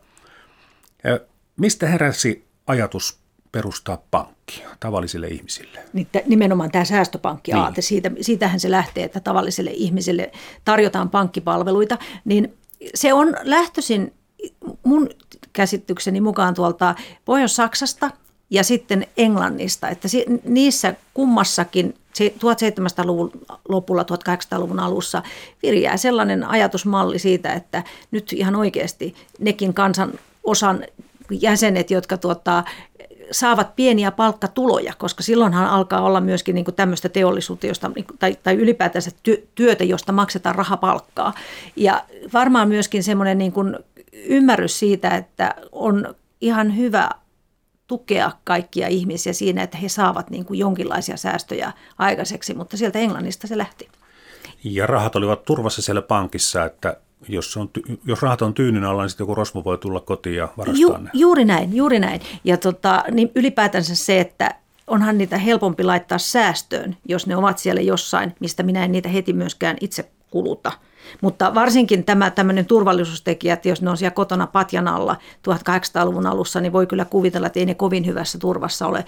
Mistä heräsi ajatus perustaa pankki tavallisille ihmisille? Nimenomaan tämä säästöpankki-aate, niin. Siitä, siitähän se lähtee, että tavallisille ihmisille tarjotaan pankkipalveluita, niin se on lähtöisin mun käsitykseni mukaan tuolta Pohjois-Saksasta ja sitten Englannista, että niissä kummassakin tuhatseitsemänsataaluvun lopulla, tuhatkahdeksansataaluvun alussa viriää sellainen ajatusmalli siitä, että nyt ihan oikeasti nekin kansan osan jäsenet, jotka tuottaa, saavat pieniä palkkatuloja, koska silloinhan alkaa olla myöskin niin kuin tämmöistä teollisuutta, josta, tai, tai ylipäätänsä työtä, josta maksetaan rahapalkkaa. Ja varmaan myöskin semmoinen niin kuin ymmärrys siitä, että on ihan hyvä tukea kaikkia ihmisiä siinä, että he saavat niin kuin jonkinlaisia säästöjä aikaiseksi, mutta sieltä Englannista se lähti. Ja rahat olivat turvassa siellä pankissa, että jos, on, jos rahat on tyynyn alla, niin sitten joku rosvo voi tulla kotiin ja varastaa Ju, ne. Juuri näin, juuri näin. Ja tota, niin ylipäätänsä se, että onhan niitä helpompi laittaa säästöön, jos ne ovat siellä jossain, mistä minä en niitä heti myöskään itse kuluta. Mutta varsinkin tämä tämmöinen turvallisuustekijä, että jos ne on siellä kotona patjan alla tuhatkahdeksansataaluvun alussa, niin voi kyllä kuvitella, että ei ne kovin hyvässä turvassa ole.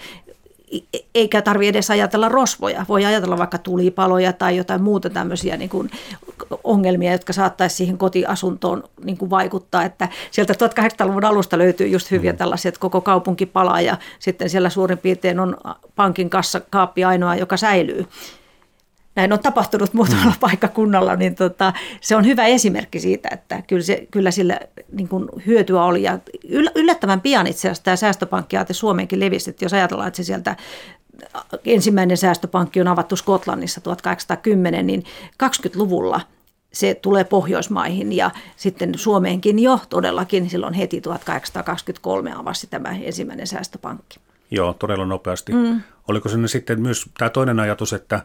Eikä tarvitse edes ajatella rosvoja. Voi ajatella vaikka tulipaloja tai jotain muuta tämmöisiä niin kuin ongelmia, jotka saattaisi siihen kotiasuntoon niin kuin vaikuttaa. Että sieltä tuhatkahdeksansataaluvun alusta löytyy just hyviä tällaisia, että koko kaupunki palaa ja sitten siellä suurin piirtein on pankin kassakaappi ainoa, joka säilyy. Näin on tapahtunut muutamalla paikkakunnalla, niin tota, se on hyvä esimerkki siitä, että kyllä, se, kyllä sillä niin kuin hyötyä oli. Ja yllättävän pian itse asiassa tämä säästöpankki-aate Suomeenkin levisi, että jos ajatellaan, että se sieltä ensimmäinen säästöpankki on avattu Skotlannissa tuhatkahdeksansataakymmenen, niin kaksikymmentäluvulla se tulee Pohjoismaihin ja sitten Suomeenkin jo todellakin silloin heti tuhatkahdeksansataakaksikymmentäkolme avasi tämä ensimmäinen säästöpankki. Joo, todella nopeasti. Mm. Oliko se sitten myös tämä toinen ajatus, että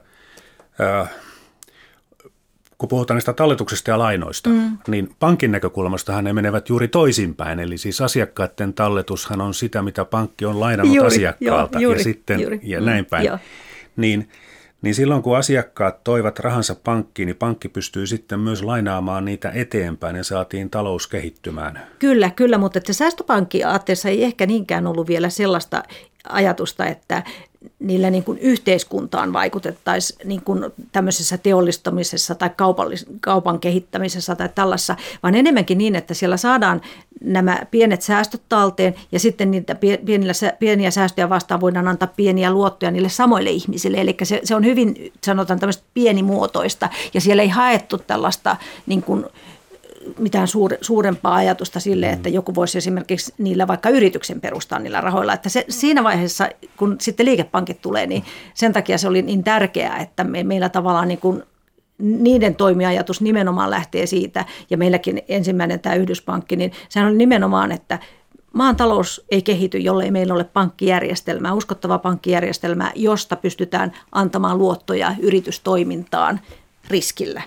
kun puhutaan niistä talletuksista ja lainoista, mm. niin pankin näkökulmastahan ne menevät juuri toisinpäin. Eli siis asiakkaiden talletushan on sitä, mitä pankki on lainannut juuri, asiakkaalta jo, juuri, ja sitten juuri. ja näin päin. Mm, niin, niin silloin kun asiakkaat toivat rahansa pankkiin, niin pankki pystyy sitten myös lainaamaan niitä eteenpäin ja saatiin talous kehittymään. Kyllä, kyllä, mutta että säästöpankki-aatteessa ei ehkä niinkään ollut vielä sellaista ajatusta, että niillä niin kuin yhteiskuntaan vaikutettaisiin niin kuin tämmöisessä teollistamisessa tai kaupan kehittämisessä tai tällaisessa, vaan enemmänkin niin, että siellä saadaan nämä pienet säästöt talteen ja sitten niitä pieniä, pieniä säästöjä vastaan voidaan antaa pieniä luottoja niille samoille ihmisille. Eli se, se on hyvin, sanotaan tämmöistä pienimuotoista ja siellä ei haettu tällaista niin kuin mitään suure, suurempaa ajatusta sille, että joku voisi esimerkiksi niillä vaikka yrityksen perustaa niillä rahoilla. Että se, siinä vaiheessa, kun sitten liikepankit tulee, niin sen takia se oli niin tärkeää, että me, meillä tavallaan niin kuin niiden toimiajatus nimenomaan lähtee siitä, ja meilläkin ensimmäinen tämä Yhdyspankki, niin sehän oli nimenomaan, että maan talous ei kehity, jollei meillä ole pankkijärjestelmää, uskottavaa pankkijärjestelmää, josta pystytään antamaan luottoja yritystoimintaan riskillä.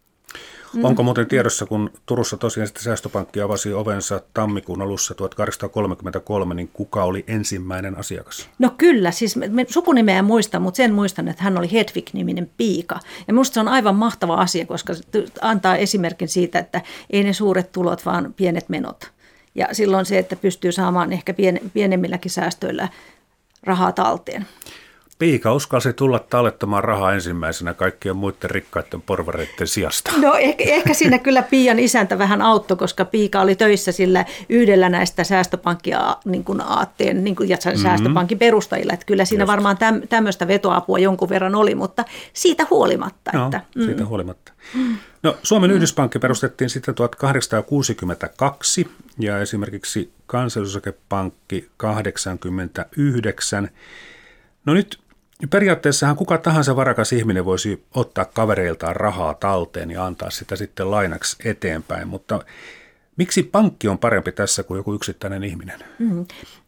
Onko muuten tiedossa, kun Turussa tosiaan sitten säästöpankki avasi ovensa tammikuun alussa tuhatkahdeksansataakolmekymmentäkolme, niin kuka oli ensimmäinen asiakas? No kyllä, siis me sukunimeä en muista, mutta sen muistan, että hän oli Hedvig-niminen piika. Ja minusta se on aivan mahtava asia, koska se antaa esimerkin siitä, että ei ne suuret tulot, vaan pienet menot. Ja silloin se, että pystyy saamaan ehkä pienemmilläkin säästöillä rahaa talteen. Piika uskalsi tulla tallettamaan rahaa ensimmäisenä kaikkien muiden rikkaiden porvareiden sijasta. No ehkä, ehkä siinä kyllä Pian isäntä vähän auttoi, koska Piika oli töissä sillä yhdellä näistä säästöpankkia niin kuin aatteen niin kuin, ja säästöpankin perustajilla. Että kyllä siinä Just. varmaan täm, tämmöistä vetoapua jonkun verran oli, mutta siitä huolimatta. No, että, siitä mm. huolimatta. No, Suomen mm. Yhdyspankki perustettiin sitten tuhatkahdeksansataakuusikymmentäkaksi ja esimerkiksi Kansallisosakepankki kahdeksankymmentäyhdeksän. No nyt periaatteessahan kuka tahansa varakas ihminen voisi ottaa kavereiltaan rahaa talteen ja antaa sitä sitten lainaksi eteenpäin, mutta miksi pankki on parempi tässä kuin joku yksittäinen ihminen? Mm. No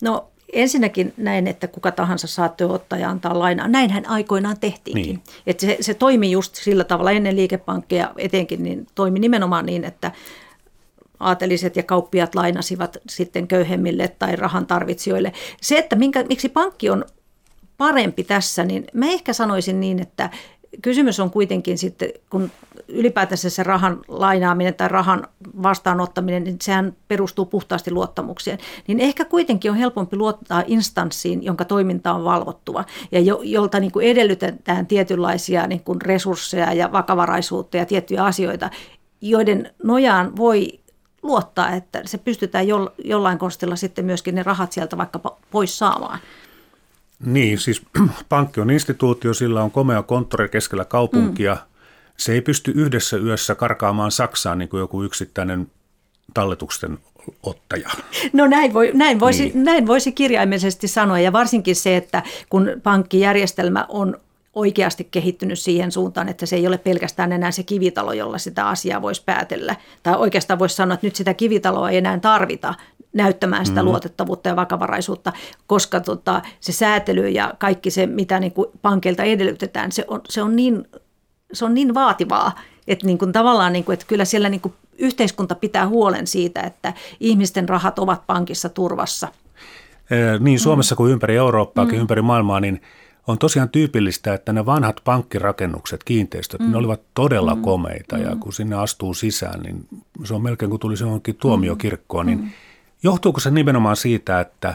ensinnäkin näin, että kuka tahansa saa työottaja antaa lainaa. Näinhän aikoinaan tehtiinkin. Niin. Että se, se toimi just sillä tavalla ennen liikepankkeja etenkin, niin toimi nimenomaan niin, että aateliset ja kauppiaat lainasivat sitten köyhemmille tai rahan tarvitsijoille. Se, että minkä, miksi pankki on parempi tässä, niin mä ehkä sanoisin niin, että kysymys on kuitenkin sitten, kun ylipäätänsä se rahan lainaaminen tai rahan vastaanottaminen, niin sehän perustuu puhtaasti luottamukseen. Niin ehkä kuitenkin on helpompi luottaa instanssiin, jonka toiminta on valvottua ja jo, jolta niin kuin edellytetään tietynlaisia niin kuin resursseja ja vakavaraisuutta ja tiettyjä asioita, joiden nojaan voi luottaa, että se pystytään jollain konstilla sitten myöskin ne rahat sieltä vaikka pois saamaan. Niin, siis pankki on instituutio, sillä on komea konttori keskellä kaupunkia. Mm. Se ei pysty yhdessä yössä karkaamaan Saksaan niin kuin joku yksittäinen talletuksen ottaja. No näin, voi, näin, voisi, niin. näin voisi kirjaimellisesti sanoa, ja varsinkin se, että kun pankkijärjestelmä on oikeasti kehittynyt siihen suuntaan, että se ei ole pelkästään enää se kivitalo, jolla sitä asiaa voisi päätellä. Tai oikeastaan voisi sanoa, että nyt sitä kivitaloa ei enää tarvita näyttämään sitä mm. luotettavuutta ja vakavaraisuutta, koska tota, se säätely ja kaikki se, mitä niin kuin pankilta edellytetään, se on, se on, niin, se on niin vaativaa, että niin kuin tavallaan niin kuin, että kyllä siellä niin kuin yhteiskunta pitää huolen siitä, että ihmisten rahat ovat pankissa turvassa. Niin Suomessa mm. kuin ympäri Eurooppaakin, mm. ympäri maailmaa, niin on tosiaan tyypillistä, että ne vanhat pankkirakennukset, kiinteistöt, mm. ne olivat todella mm. komeita mm. ja kun sinne astuu sisään, niin se on melkein kuin tulisi johonkin tuomiokirkkoon, niin mm. johtuuko se nimenomaan siitä, että,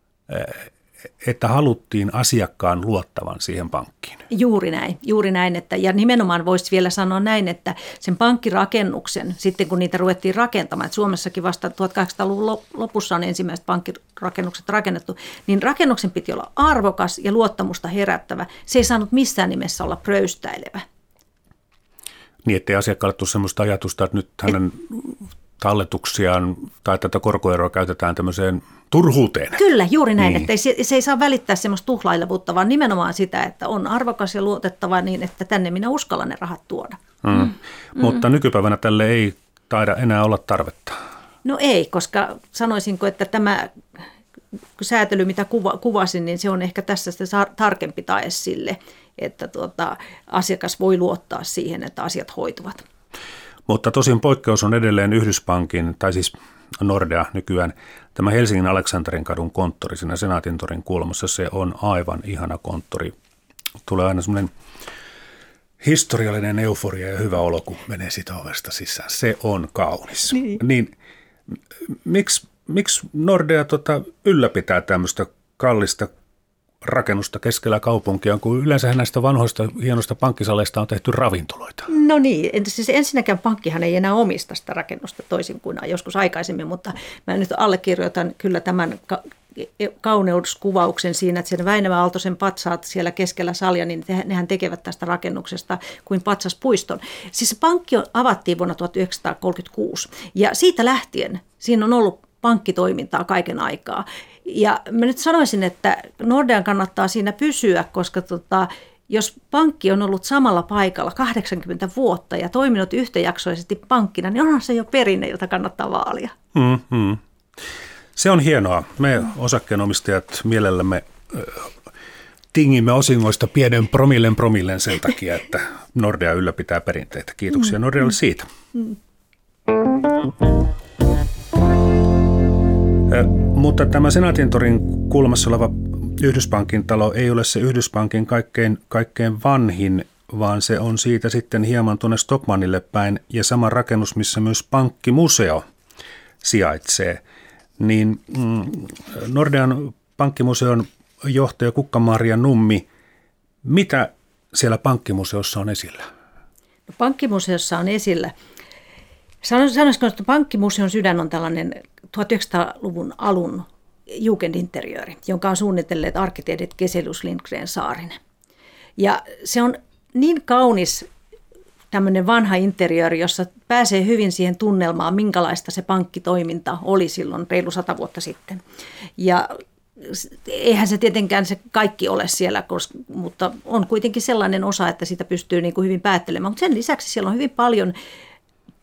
että haluttiin asiakkaan luottavan siihen pankkiin? Juuri näin, juuri näin. Että, ja nimenomaan voisi vielä sanoa näin, että sen pankkirakennuksen, sitten kun niitä ruvettiin rakentamaan, että Suomessakin vasta tuhatkahdeksansataaluvun lopussa on ensimmäiset pankkirakennukset rakennettu, niin rakennuksen piti olla arvokas ja luottamusta herättävä. Se ei saanut missään nimessä olla pröystäilevä. Niin, ettei asiakkaalle tule sellaista ajatusta, että nyt hänen talletuksiaan tai tätä korkoeroa käytetään tämmöiseen turhuuteen. Kyllä, juuri näin, niin. Että se, se ei saa välittää semmoista tuhlailevuutta, vaan nimenomaan sitä, että on arvokas ja luotettava niin, että tänne minä uskallan ne rahat tuoda. Mm. Mm. Mutta mm. nykypäivänä tälle ei taida enää olla tarvetta. No ei, koska sanoisinko, että tämä säätely, mitä kuva, kuvasin, niin se on ehkä tässä se tarkempi tae sille, että tuota, asiakas voi luottaa siihen, että asiat hoituvat. Mutta tosin poikkeus on edelleen Yhdyspankin, tai siis Nordea nykyään, tämä Helsingin Aleksanterin kadun konttori siinä Senaatintorin kulmassa, se on aivan ihana konttori. Tulee aina semmoinen historiallinen euforia ja hyvä olo, kun menee sitä ovesta sisään. Se on kaunis. Niin, niin miksi, miksi Nordea tota, ylläpitää tämmöistä kallista rakennusta keskellä kaupunkia, kun yleensä näistä vanhoista hienoista pankkisaleista on tehty ravintoloita? No niin, siis ensinnäkään pankkihan ei enää omista sitä rakennusta toisin kuin joskus aikaisemmin, mutta mä nyt allekirjoitan kyllä tämän ka- kauneuskuvauksen siinä, että sen Väinämö Aaltosen patsaat siellä keskellä salia, niin nehän tekevät tästä rakennuksesta kuin patsaspuiston. Siis se pankki avattiin vuonna tuhatyhdeksänsataakolmekymmentäkuusi ja siitä lähtien siinä on ollut pankkitoimintaa kaiken aikaa. Ja mä nyt sanoisin, että Nordean kannattaa siinä pysyä, koska tota, jos pankki on ollut samalla paikalla kahdeksankymmentä vuotta ja toiminut yhtäjaksoisesti pankkina, niin onhan se jo perinne, jota kannattaa vaalia. Mm-hmm. Se on hienoa. Me osakkeenomistajat mielellämme äh, tingimme osingoista pienen promillen promillen sen takia, että Nordea ylläpitää perinteitä. Kiitoksia mm. Nordealle siitä. Mm. Mutta tämä Senaatintorin kulmassa oleva Yhdyspankin talo ei ole se Yhdyspankin kaikkein, kaikkein vanhin, vaan se on siitä sitten hieman tuonne Stockmannille päin ja sama rakennus, missä myös pankkimuseo sijaitsee. Niin mm, Nordean pankkimuseon johtaja Kukka-Maria Nummi, mitä siellä pankkimuseossa on esillä? No, pankkimuseossa on esillä. Sanoisiko, että pankkimuseon sydän on tällainen tuhatyhdeksänsataaluvun alun jugendinteriööri, jonka on suunnitelleet arkkitehdit Geselius, Lindgren, Saarinen. Ja se on niin kaunis tämmöinen vanha interiööri, jossa pääsee hyvin siihen tunnelmaan, minkälaista se pankkitoiminta oli silloin reilu sata vuotta sitten. Ja eihän se tietenkään se kaikki ole siellä, koska, mutta on kuitenkin sellainen osa, että sitä pystyy niin kuin hyvin päättelemään. Mutta sen lisäksi siellä on hyvin paljon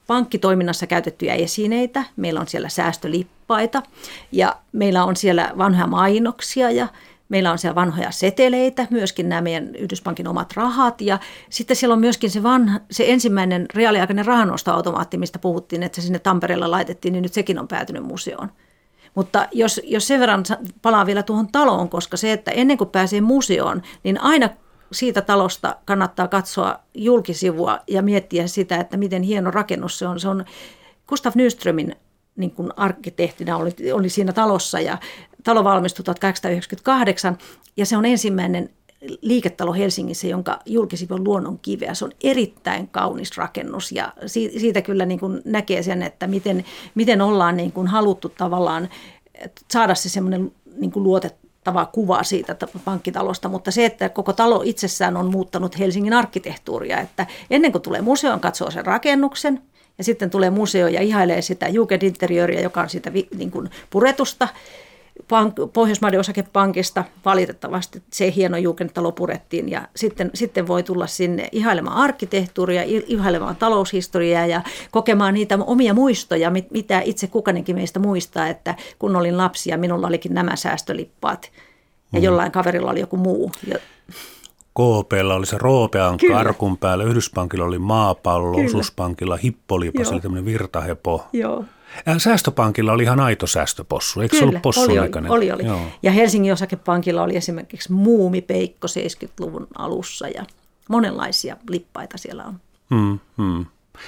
pankkitoiminnassa käytettyjä esineitä, meillä on siellä säästölippaita ja meillä on siellä vanhoja mainoksia ja meillä on siellä vanhoja seteleitä, myöskin nämä meidän Yhdyspankin omat rahat ja sitten siellä on myöskin se, vanha, se ensimmäinen reaaliaikainen rahanostoautomaatti, mistä puhuttiin, että se sinne Tampereella laitettiin, niin nyt sekin on päätynyt museoon. Mutta jos, jos sen verran palaa vielä tuohon taloon, koska se, että ennen kuin pääsee museoon, niin aina siitä talosta kannattaa katsoa julkisivua ja miettiä sitä, että miten hieno rakennus se on. Se on Gustav Nyströmin niin kuin arkkitehtinä oli, oli siinä talossa ja talo valmistui tuhatkahdeksansataayhdeksänkymmentäkahdeksan ja se on ensimmäinen liiketalo Helsingissä, jonka julkisivu on Luonnonkiveä. Se on erittäin kaunis rakennus ja siitä kyllä niin kuin näkee sen, että miten, miten ollaan niin kuin haluttu tavallaan saada se semmoinen niin kuin luotettava kuva siitä pankkitalosta, mutta se, että koko talo itsessään on muuttanut Helsingin arkkitehtuuria, että ennen kuin tulee museoon, katsoo sen rakennuksen ja sitten tulee museo ja ihailee sitä Jugendinteriöriä, joka on sitä niin kuin puretusta Pank- Pohjoismaiden osakepankista. Valitettavasti se hieno Jugendtalo purettiin ja sitten, sitten voi tulla sinne ihailemaan arkkitehtuuria, ihailemaan taloushistoriaa ja kokemaan niitä omia muistoja, mit, mitä itse kukainenkin meistä muistaa, että kun olin lapsi ja minulla olikin nämä säästölippaat ja mm. jollain kaverilla oli joku muu. K P:llä oli se Roopean Kyllä. karkun päällä, Yhdyspankilla oli maapallo, Osuuspankilla hippolipas, oli tämmöinen virtahepo. Joo. Säästöpankilla oli ihan aito säästöpossu, eikö Kyllä, se ollut possun oli, näköinen? oli, oli. Joo. Ja Helsingin osakepankilla oli esimerkiksi muumipeikko seitsemänkymmentäluvun alussa ja monenlaisia lippaita siellä on. Hmm, hmm.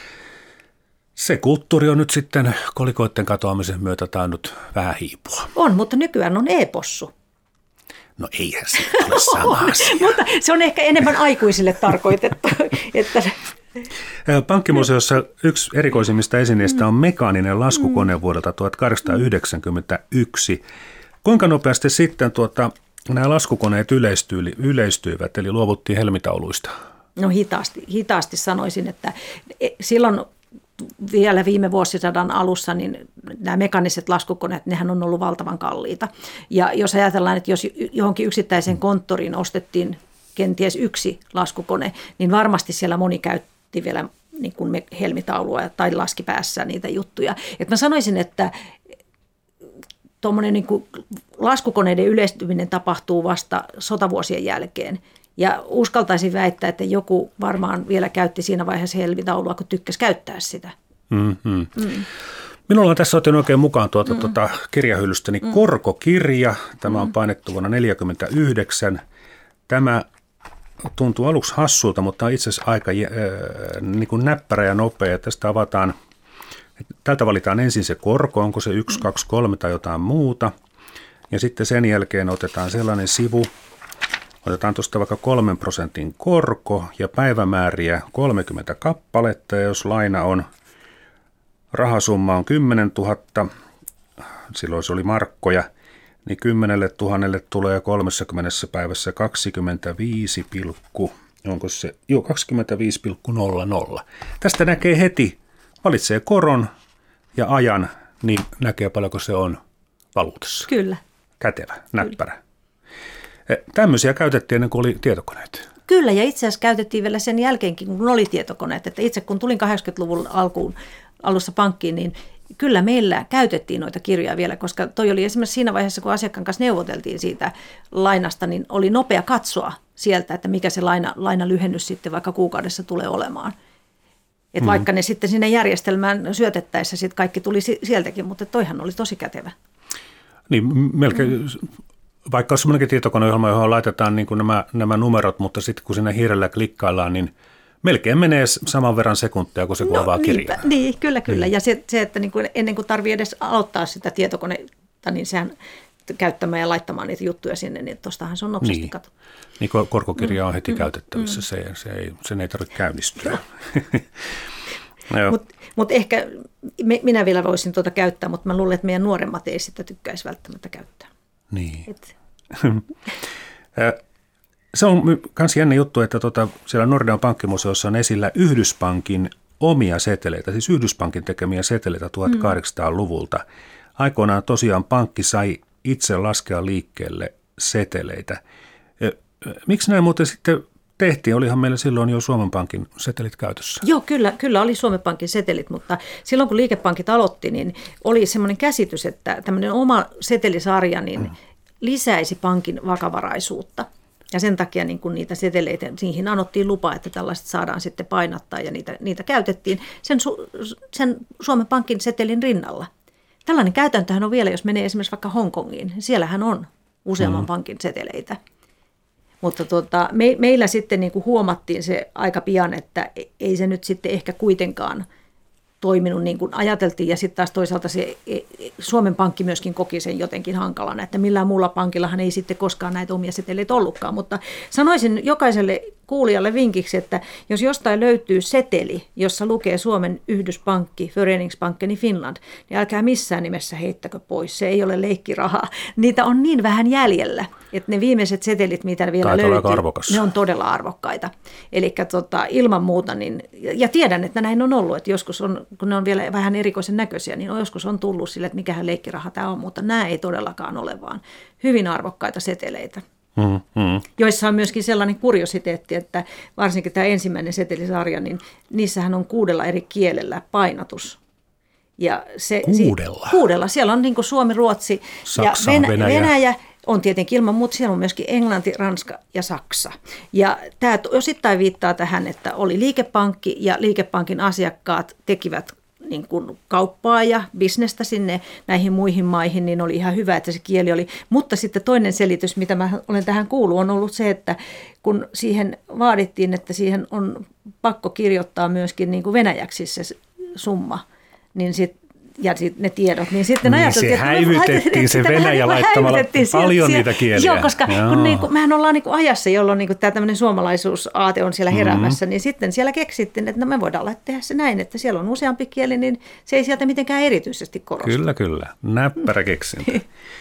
Se kulttuuri on nyt sitten kolikoiden katoamisen myötä tainnut vähän hiipua. On, mutta nykyään on e-possu. No eihän se ole sama asia. Mutta se on ehkä enemmän aikuisille tarkoitettu. että... Pankkimuseossa yksi erikoisimmista esineistä on mekaaninen laskukone vuodelta tuhatkahdeksansataayhdeksänkymmentäyksi. Kuinka nopeasti sitten tuota, nämä laskukoneet yleistyivät, yleistyivät, eli luovuttiin helmitauluista? No hitaasti, hitaasti sanoisin, että silloin vielä viime vuosisadan alussa niin nämä mekaaniset laskukoneet, nehän on ollut valtavan kalliita. Ja jos ajatellaan, että jos johonkin yksittäiseen konttoriin ostettiin kenties yksi laskukone, niin varmasti siellä moni käytti vielä niin kuin helmitaulua tai laski päässä niitä juttuja. Et mä sanoisin, että tuommoinen niin kuin laskukoneiden yleistyminen tapahtuu vasta sotavuosien jälkeen. Ja uskaltaisin väittää, että joku varmaan vielä käytti siinä vaiheessa helmitaulua, kun tykkäsi käyttää sitä. Mm-hmm. Mm. Minulla on tässä otin oikein mukaan tuota, mm. tuota kirjahyllystäni mm. Korkokirja. Tämä on painettu vuonna tuhatyhdeksänsataaneljäkymmentäyhdeksän. Tämä tuntuu aluksi hassulta, mutta on itse asiassa aika äh, niin kuin näppärä ja nopea. Tästä avataan, tältä valitaan ensin se korko, onko se yksi, kaksi, kolme tai jotain muuta. Ja sitten sen jälkeen otetaan sellainen sivu, otetaan tuosta vaikka kolmen prosentin korko ja päivämääriä kolmekymmentä kappaletta. Ja jos laina on, rahasumma on kymmenen tuhatta, silloin se oli markkoja, niin kymmenelle tuhannelle tulee kolmekymmentä päivässä kaksikymmentäviisi, onko se, joo, kaksikymmentäviisi pilkku nolla nolla. Tästä näkee heti, valitsee koron ja ajan, niin näkee paljonko se on valuutassa. Kyllä. Kätevä, näppärä. Kyllä. Tämmöisiä käytettiin ennen kuin oli tietokoneet. Kyllä, ja itse asiassa käytettiin vielä sen jälkeenkin, kun oli tietokoneet. Että itse kun tulin kahdeksankymmentäluvun alkuun, alussa pankkiin, niin kyllä meillä käytettiin noita kirjoja vielä, koska toi oli esimerkiksi siinä vaiheessa, kun asiakkaan kanssa neuvoteltiin siitä lainasta, niin oli nopea katsoa sieltä, että mikä se laina, lainalyhennys sitten vaikka kuukaudessa tulee olemaan. Et mm. vaikka ne sitten sinne järjestelmään syötettäessä sitten kaikki tuli sieltäkin, mutta toihan oli tosi kätevä. Niin, melkein... Mm. Vaikka on semmoinenkin tietokoneohjelma, johon laitetaan niin kuin nämä, nämä numerot, mutta sitten kun siinä hiirellä klikkaillaan, niin melkein menee saman verran sekuntia kuin se kun no, avaa kirjaa. Niin, kyllä, kyllä. Niin. Ja se, se että niin kuin ennen kuin tarvitsee edes aloittaa sitä tietokonetta, niin sehän käyttämään ja laittamaan niitä juttuja sinne, niin tuostahan se on nopeasti niin. kato. Niin korkokirja on heti mm, käytettävissä, mm. se, se ei, sen ei tarvitse käynnistyä. Mutta mut ehkä me, minä vielä voisin tuota käyttää, mutta mä luulen, että meidän nuoremmat ei sitä tykkäisi välttämättä käyttää. Niin. Et. Se on myös jännä juttu, että tuota, siellä Nordean pankkimuseossa on esillä Yhdyspankin omia seteleitä, siis Yhdyspankin tekemiä seteleitä tuhatkahdeksansataaluvulta. Aikoinaan tosiaan pankki sai itse laskea liikkeelle seteleitä. Miksi näin muuten sitten tehtiin? Olihan meillä silloin jo Suomen Pankin setelit käytössä. Joo, kyllä, kyllä oli Suomen Pankin setelit, mutta silloin kun liikepankit aloitti, niin oli semmoinen käsitys, että tämmöinen oma setelisarja niin mm. lisäisi pankin vakavaraisuutta. Ja sen takia niin kun niitä seteleitä, niihin anottiin lupa, että tällaiset saadaan sitten painattaa ja niitä, niitä käytettiin sen, sen Suomen Pankin setelin rinnalla. Tällainen käytäntöhän on vielä, jos menee esimerkiksi vaikka Hongkongiin. Siellähän on useamman mm. pankin seteleitä. Mutta tuota, me, meillä sitten niin kuin huomattiin se aika pian, että ei se nyt sitten ehkä kuitenkaan toiminut niin kuin ajateltiin. Ja sitten taas toisaalta se Suomen Pankki myöskin koki sen jotenkin hankalana, että millään muulla pankillahan ei sitten koskaan näitä omia seteleitä ollutkaan. Mutta sanoisin jokaiselle kuulijalle vinkiksi, että jos jostain löytyy seteli, jossa lukee Suomen Yhdyspankki, Föreningsbanken i Finland, niin älkää missään nimessä heittäkö pois. Se ei ole leikkirahaa. Niitä on niin vähän jäljellä, että ne viimeiset setelit, mitä vielä Taitaa löytyy, ne on todella arvokkaita. Eli tota, ilman muuta, niin, ja tiedän, että näin on ollut, että joskus on, kun ne on vielä vähän erikoisen näköisiä, niin joskus on tullut sille, että mikähän leikkiraha tämä on, mutta nämä ei todellakaan ole, vaan hyvin arvokkaita seteleitä. Mm, mm. Joissa on myöskin sellainen kuriositeetti, että varsinkin tämä ensimmäinen setelisarja, niin niissähän on kuudella eri kielellä painatus. Ja se, kuudella? Si- kuudella. Siellä on niin kuin Suomi, Ruotsi Saksa, ja Venä- Venäjä. Venäjä. On tietenkin ilman muuta, siellä on myöskin Englanti, Ranska ja Saksa. Ja tämä osittain viittaa tähän, että oli liikepankki ja liikepankin asiakkaat tekivät niin kuin kauppaa ja bisnestä sinne näihin muihin maihin, niin oli ihan hyvä, että se kieli oli. Mutta sitten toinen selitys, mitä mä olen tähän kuullut, on ollut se, että kun siihen vaadittiin, että siihen on pakko kirjoittaa myöskin niin kuin venäjäksi se summa, niin sitten ja ne tiedot, niin sitten niin ajateltiin, se häivytettiin se Venäjä laittamalla paljon sieltä, niitä kieliä. Joo, koska Joo. Kun niin kuin, mehän ollaan niin kuin ajassa, jolloin niin kuin tämä tämmöinen suomalaisuusaate on siellä heräämässä, mm-hmm. niin sitten siellä keksittiin, että no me voidaan tehdä se näin, että siellä on useampi kieli, niin se ei sieltä mitenkään erityisesti korostu. Kyllä, kyllä. Näppärä keksintä.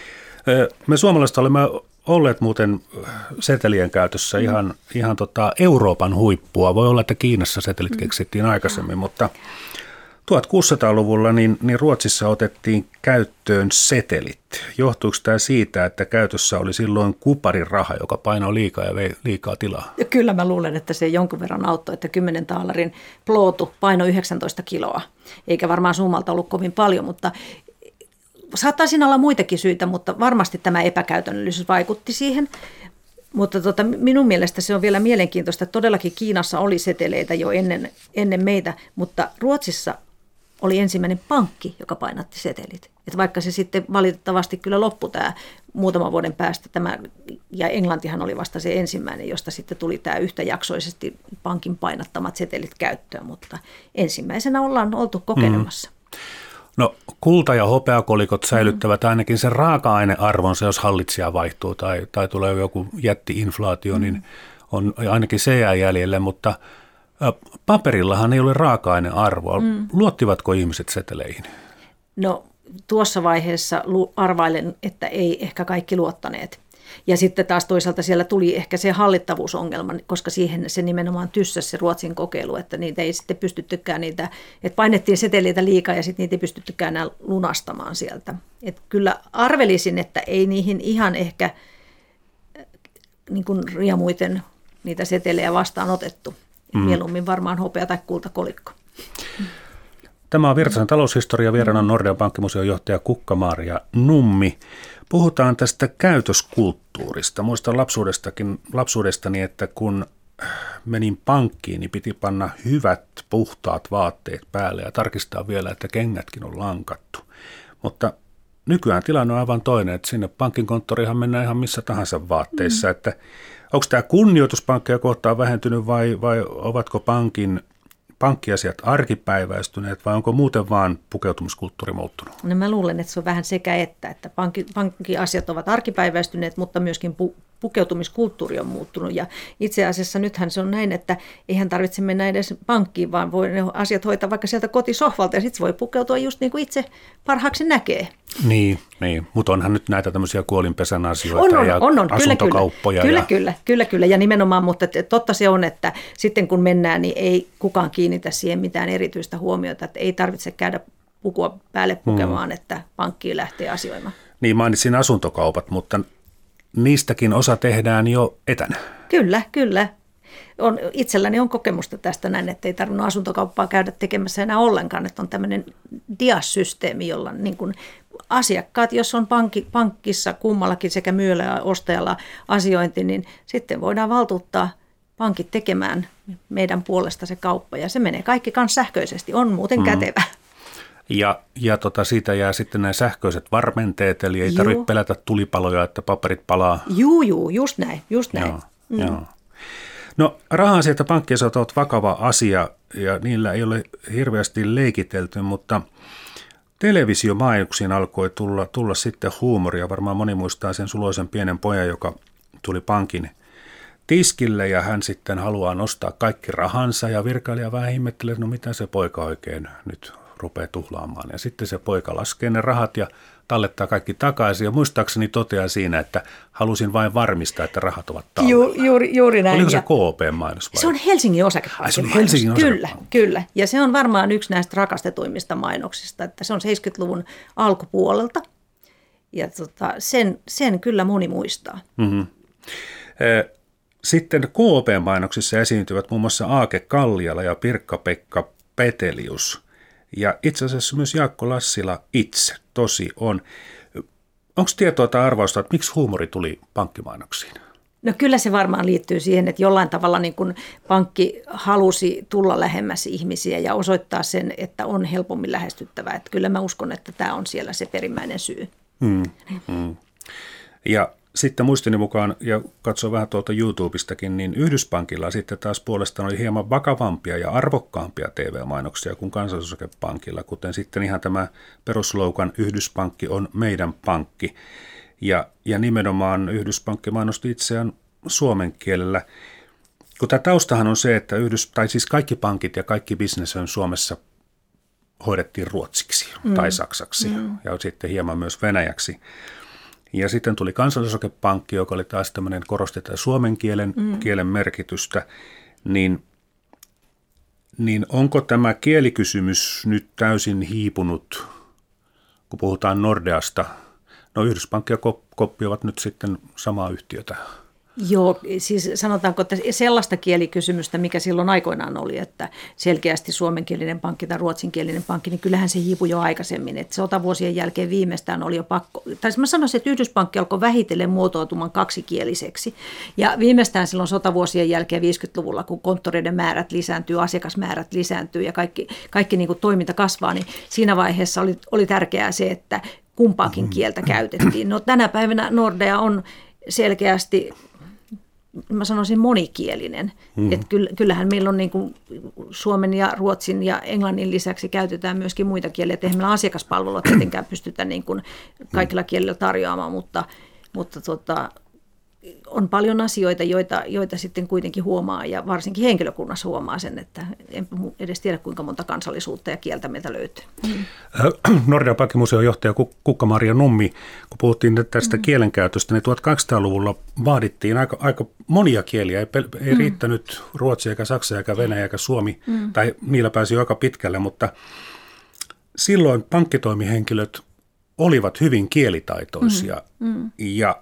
Me suomalaiset olemme olleet muuten setelien käytössä mm. ihan, ihan tota Euroopan huippua. Voi olla, että Kiinassa setelit keksittiin mm. aikaisemmin, mutta tuhatkuusisataaluvulla niin, niin Ruotsissa otettiin käyttöön setelit. Johtuiko tämä siitä, että käytössä oli silloin kuparin raha, joka painoi liikaa ja vei liikaa tilaa? Ja kyllä mä luulen, että se jonkun verran auttoi, että kymmenen taalarin plootu painoi yhdeksäntoista kiloa. Eikä varmaan summalta ollut kovin paljon, mutta saattaa siinä olla muitakin syitä, mutta varmasti tämä epäkäytännöllisyys vaikutti siihen. Mutta tota, minun mielestä se on vielä mielenkiintoista, että todellakin Kiinassa oli seteleitä jo ennen, ennen meitä, mutta Ruotsissa oli ensimmäinen pankki, joka painatti setelit. Et vaikka se sitten valitettavasti kyllä loppui tämä muutaman vuoden päästä, tämä, ja Englantihan oli vasta se ensimmäinen, josta sitten tuli tämä yhtäjaksoisesti pankin painattamat setelit käyttöön, mutta ensimmäisenä ollaan oltu kokeilemassa. Mm. No kulta- ja hopeakolikot säilyttävät ainakin sen raaka-ainearvonsa, jos hallitsija vaihtuu tai, tai tulee joku jätti-inflaatio, mm. niin on ainakin se jää jäljelle, mutta paperillahan ei ole raaka-ainearvoa. Mm. Luottivatko ihmiset seteleihin? No tuossa vaiheessa arvailen, että ei ehkä kaikki luottaneet. Ja sitten taas toisaalta siellä tuli ehkä se hallittavuusongelma, koska siihen se nimenomaan tyssäsi se Ruotsin kokeilu, että niitä ei sitten pystyttykään niitä, että painettiin seteleitä liikaa ja sitten niitä ei pystyttykään enää lunastamaan sieltä. Että kyllä arvelisin, että ei niihin ihan ehkä niin kuin riemuiten niitä setelejä vastaan otettu. Mm. Mieluummin varmaan hopea tai kultakolikko. Tämä on Virtasen taloushistoria. Vieraana on Nordean pankkimuseon johtaja Kukka-Maria Nummi. Puhutaan tästä käytöskulttuurista. Muistan lapsuudestakin, lapsuudestani, että kun menin pankkiin, niin piti panna hyvät, puhtaat vaatteet päälle ja tarkistaa vielä, että kengätkin on lankattu. Mutta nykyään tilanne on aivan toinen, että sinne pankin konttoriinhan mennään ihan missä tahansa vaatteissa. Mm. Että onko tämä kunnioitus pankkeja kohtaan vähentynyt vai, vai ovatko pankin pankkiasiat arkipäiväistyneet vai onko muuten vaan pukeutumiskulttuuri muuttunut? No mä luulen, että se on vähän sekä että, että pankki, pankkiasiat ovat arkipäiväistyneet, mutta myöskin pu, pukeutumiskulttuuri on muuttunut. Ja itse asiassa nythän se on näin, että eihän tarvitse mennä edes pankkiin, vaan voi ne asiat hoitaa vaikka sieltä kotisohvalta ja sitten voi pukeutua just niin kuin itse parhaaksi näkee. Niin, niin. Mutta onhan nyt näitä tämmöisiä kuolinpesän asioita on, on, ja on, on. asuntokauppoja. Kyllä, ja... kyllä, kyllä, kyllä. Ja nimenomaan, mutta totta se on, että sitten kun mennään, niin ei kukaan kiinnitä siihen mitään erityistä huomiota, että ei tarvitse käydä pukua päälle pukemaan, hmm. että pankkiin lähtee asioimaan. Niin, mainitsin asuntokaupat, mutta niistäkin osa tehdään jo etänä. Kyllä, kyllä. on, itselläni on kokemusta tästä näin, että ei tarvinnut asuntokauppaa käydä tekemässä enää ollenkaan, että on tämmöinen D I A S-systeemi, jolla niin kuin asiakkaat, jos on pankki, pankissa kummallakin sekä myyjällä ja ostajalla asiointi, niin sitten voidaan valtuuttaa pankit tekemään meidän puolesta se kauppa ja se menee kaikki kanssa sähköisesti, on muuten mm. kätevä. Ja, ja tota, siitä jää sitten nämä sähköiset varmenteet, eli ei tarvitse pelätä tulipaloja, että paperit palaa. Juu, juu, just näin, just näin. Joo, mm. joo. No raha-asiat ja pankkisijoitus ovat vakava asia ja niillä ei ole hirveästi leikitelty, mutta televisiomainoksiin alkoi tulla, tulla sitten huumoria. Varmaan moni muistaa sen suloisen pienen pojan, joka tuli pankin tiskille ja hän sitten haluaa nostaa kaikki rahansa ja virkailija vähän ihmettelee, että no mitä se poika oikein nyt rupeaa tuhlaamaan. Ja sitten se poika laskee ne rahat ja tallettaa kaikki takaisin ja muistaakseni toteaa siinä, että halusin vain varmistaa, että rahat ovat tallella. Ju, juuri, juuri näin. Oliko se K O P-mainos vai? Se on Helsingin osakepankki. Ai, se on Helsingin Kyllä, osakepankki. kyllä. Ja se on varmaan yksi näistä rakastetuimmista mainoksista, että se on seitsemänkymmentäluvun alkupuolelta ja tota, sen, sen kyllä moni muistaa. Mm-hmm. Sitten K O P-mainoksissa esiintyvät muun muassa Aake Kalliala ja Pirkka-Pekka Petelius. Ja itse asiassa myös Jaakko Lassila itse tosi on. Onko tietoa tai arvausta, että miksi huumori tuli pankkimainoksiin? No kyllä se varmaan liittyy siihen, että jollain tavalla niin kuin pankki halusi tulla lähemmäs ihmisiä ja osoittaa sen, että on helpommin lähestyttävää. Että kyllä mä uskon, että tämä on siellä se perimmäinen syy. Hmm. Hmm. Ja sitten muistini mukaan, ja katsoo vähän tuolta YouTubestakin, niin Yhdyspankilla sitten taas puolestaan oli hieman vakavampia ja arvokkaampia T V-mainoksia kuin Kansallisosakepankilla, kuten sitten ihan tämä perusslogan Yhdyspankki on meidän pankki. Ja, ja nimenomaan Yhdyspankki mainosti itseään suomen kielellä. Kun tämä taustahan on se, että Yhdys, tai siis kaikki pankit ja kaikki bisnes on Suomessa hoidettiin ruotsiksi mm. tai saksaksi mm. ja sitten hieman myös venäjäksi. Ja sitten tuli Kansallisosakepankki, joka oli taas tämmöinen, korostetaan suomen kielen, mm. kielen merkitystä, niin, niin onko tämä kielikysymys nyt täysin hiipunut, kun puhutaan Nordeasta? No Yhdyspankki ja Koppi ovat nyt sitten samaa yhtiötä. Joo, siis sanotaanko, että sellaista kielikysymystä, mikä silloin aikoinaan oli, että selkeästi suomenkielinen pankki tai ruotsinkielinen pankki, niin kyllähän se hiipui jo aikaisemmin. Että sotavuosien jälkeen viimeistään oli jo pakko, tai mä sanoisin, että Yhdyspankki alkoi vähitellen muotoutumaan kaksikieliseksi. Ja viimeistään silloin sotavuosien jälkeen viisikymmentäluvulla, kun konttoreiden määrät lisääntyy, asiakasmäärät lisääntyy ja kaikki, kaikki niin kuin toiminta kasvaa, niin siinä vaiheessa oli, oli tärkeää se, että kumpaakin kieltä käytettiin. No tänä päivänä Nordea on selkeästi, mä sanoisin monikielinen. Mm. Että kyllähän meillä on niin kuin suomen ja ruotsin ja englannin lisäksi käytetään myöskin muita kieliä. Että eihän meillä asiakaspalvelua tietenkään pystytä niin kuin kaikilla kielillä tarjoamaan, mutta, mutta tota, on paljon asioita, joita, joita sitten kuitenkin huomaa ja varsinkin henkilökunnassa huomaa sen, että en edes tiedä kuinka monta kansallisuutta ja kieltä meiltä löytyy. Mm. Nordean pankkimuseon johtaja Kukka-Maria Nummi, kun puhuttiin tästä mm. kielenkäytöstä, niin tuhatkahdeksansataaluvulla vaadittiin aika, aika monia kieliä. Ei, ei mm. riittänyt ruotsi eikä saksa eikä venäjä eikä suomi, mm. tai niillä pääsi jo aika pitkälle, mutta silloin pankkitoimihenkilöt olivat hyvin kielitaitoisia mm. Mm. ja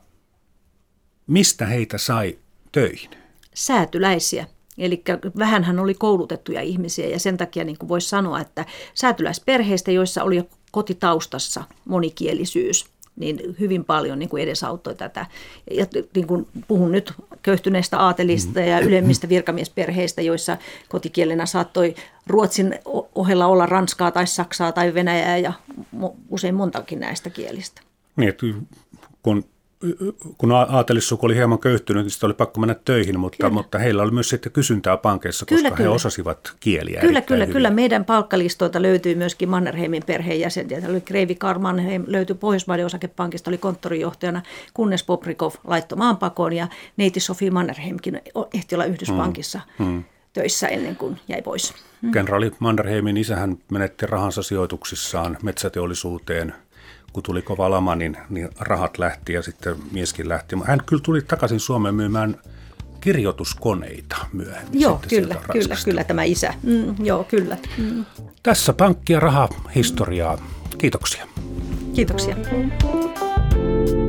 mistä heitä sai töihin? Säätyläisiä. Eli vähänhän oli koulutettuja ihmisiä ja sen takia niin kuin voisi sanoa, että säätyläisperheistä, joissa oli jo kotitaustassa monikielisyys, niin hyvin paljon niin kuin edesauttoi tätä. Ja niin kuin puhun nyt köyhtyneistä aatelista ja ylemmistä virkamiesperheistä, joissa kotikielenä saattoi ruotsin ohella olla ranskaa tai saksaa tai venäjää ja usein montakin näistä kielistä. Niin, että kun kun aatelissuku oli hieman köyhtynyt, niin sitten oli pakko mennä töihin, mutta, mutta heillä oli myös sitten kysyntää pankeissa, koska kyllä, he kyllä. osasivat kieliä. Kyllä, kyllä, hyvin. Kyllä. Meidän palkkalistoilta löytyi myöskin Mannerheimin perheenjäseniä. Oli Kreivi Karl Mannerheim, löytyi Pohjoismaiden osakepankista, oli konttorijohtajana, kunnes Bobrikov laittoi maanpakoon ja neiti Sofi Mannerheimkin ehti olla Yhdyspankissa hmm. Hmm. töissä ennen kuin jäi pois. Hmm. Kenraali Mannerheimin isähän menetti rahansa sijoituksissaan metsäteollisuuteen. Kun tuli kova lama, niin, niin rahat lähti ja sitten mieskin lähti. Hän kyllä tuli takaisin Suomeen myymään kirjoituskoneita myöhemmin. Joo, kyllä, kyllä, kyllä tämä isä. Mm, joo, kyllä. Mm. Tässä pankki- ja rahahistoriaa. Kiitoksia. Kiitoksia.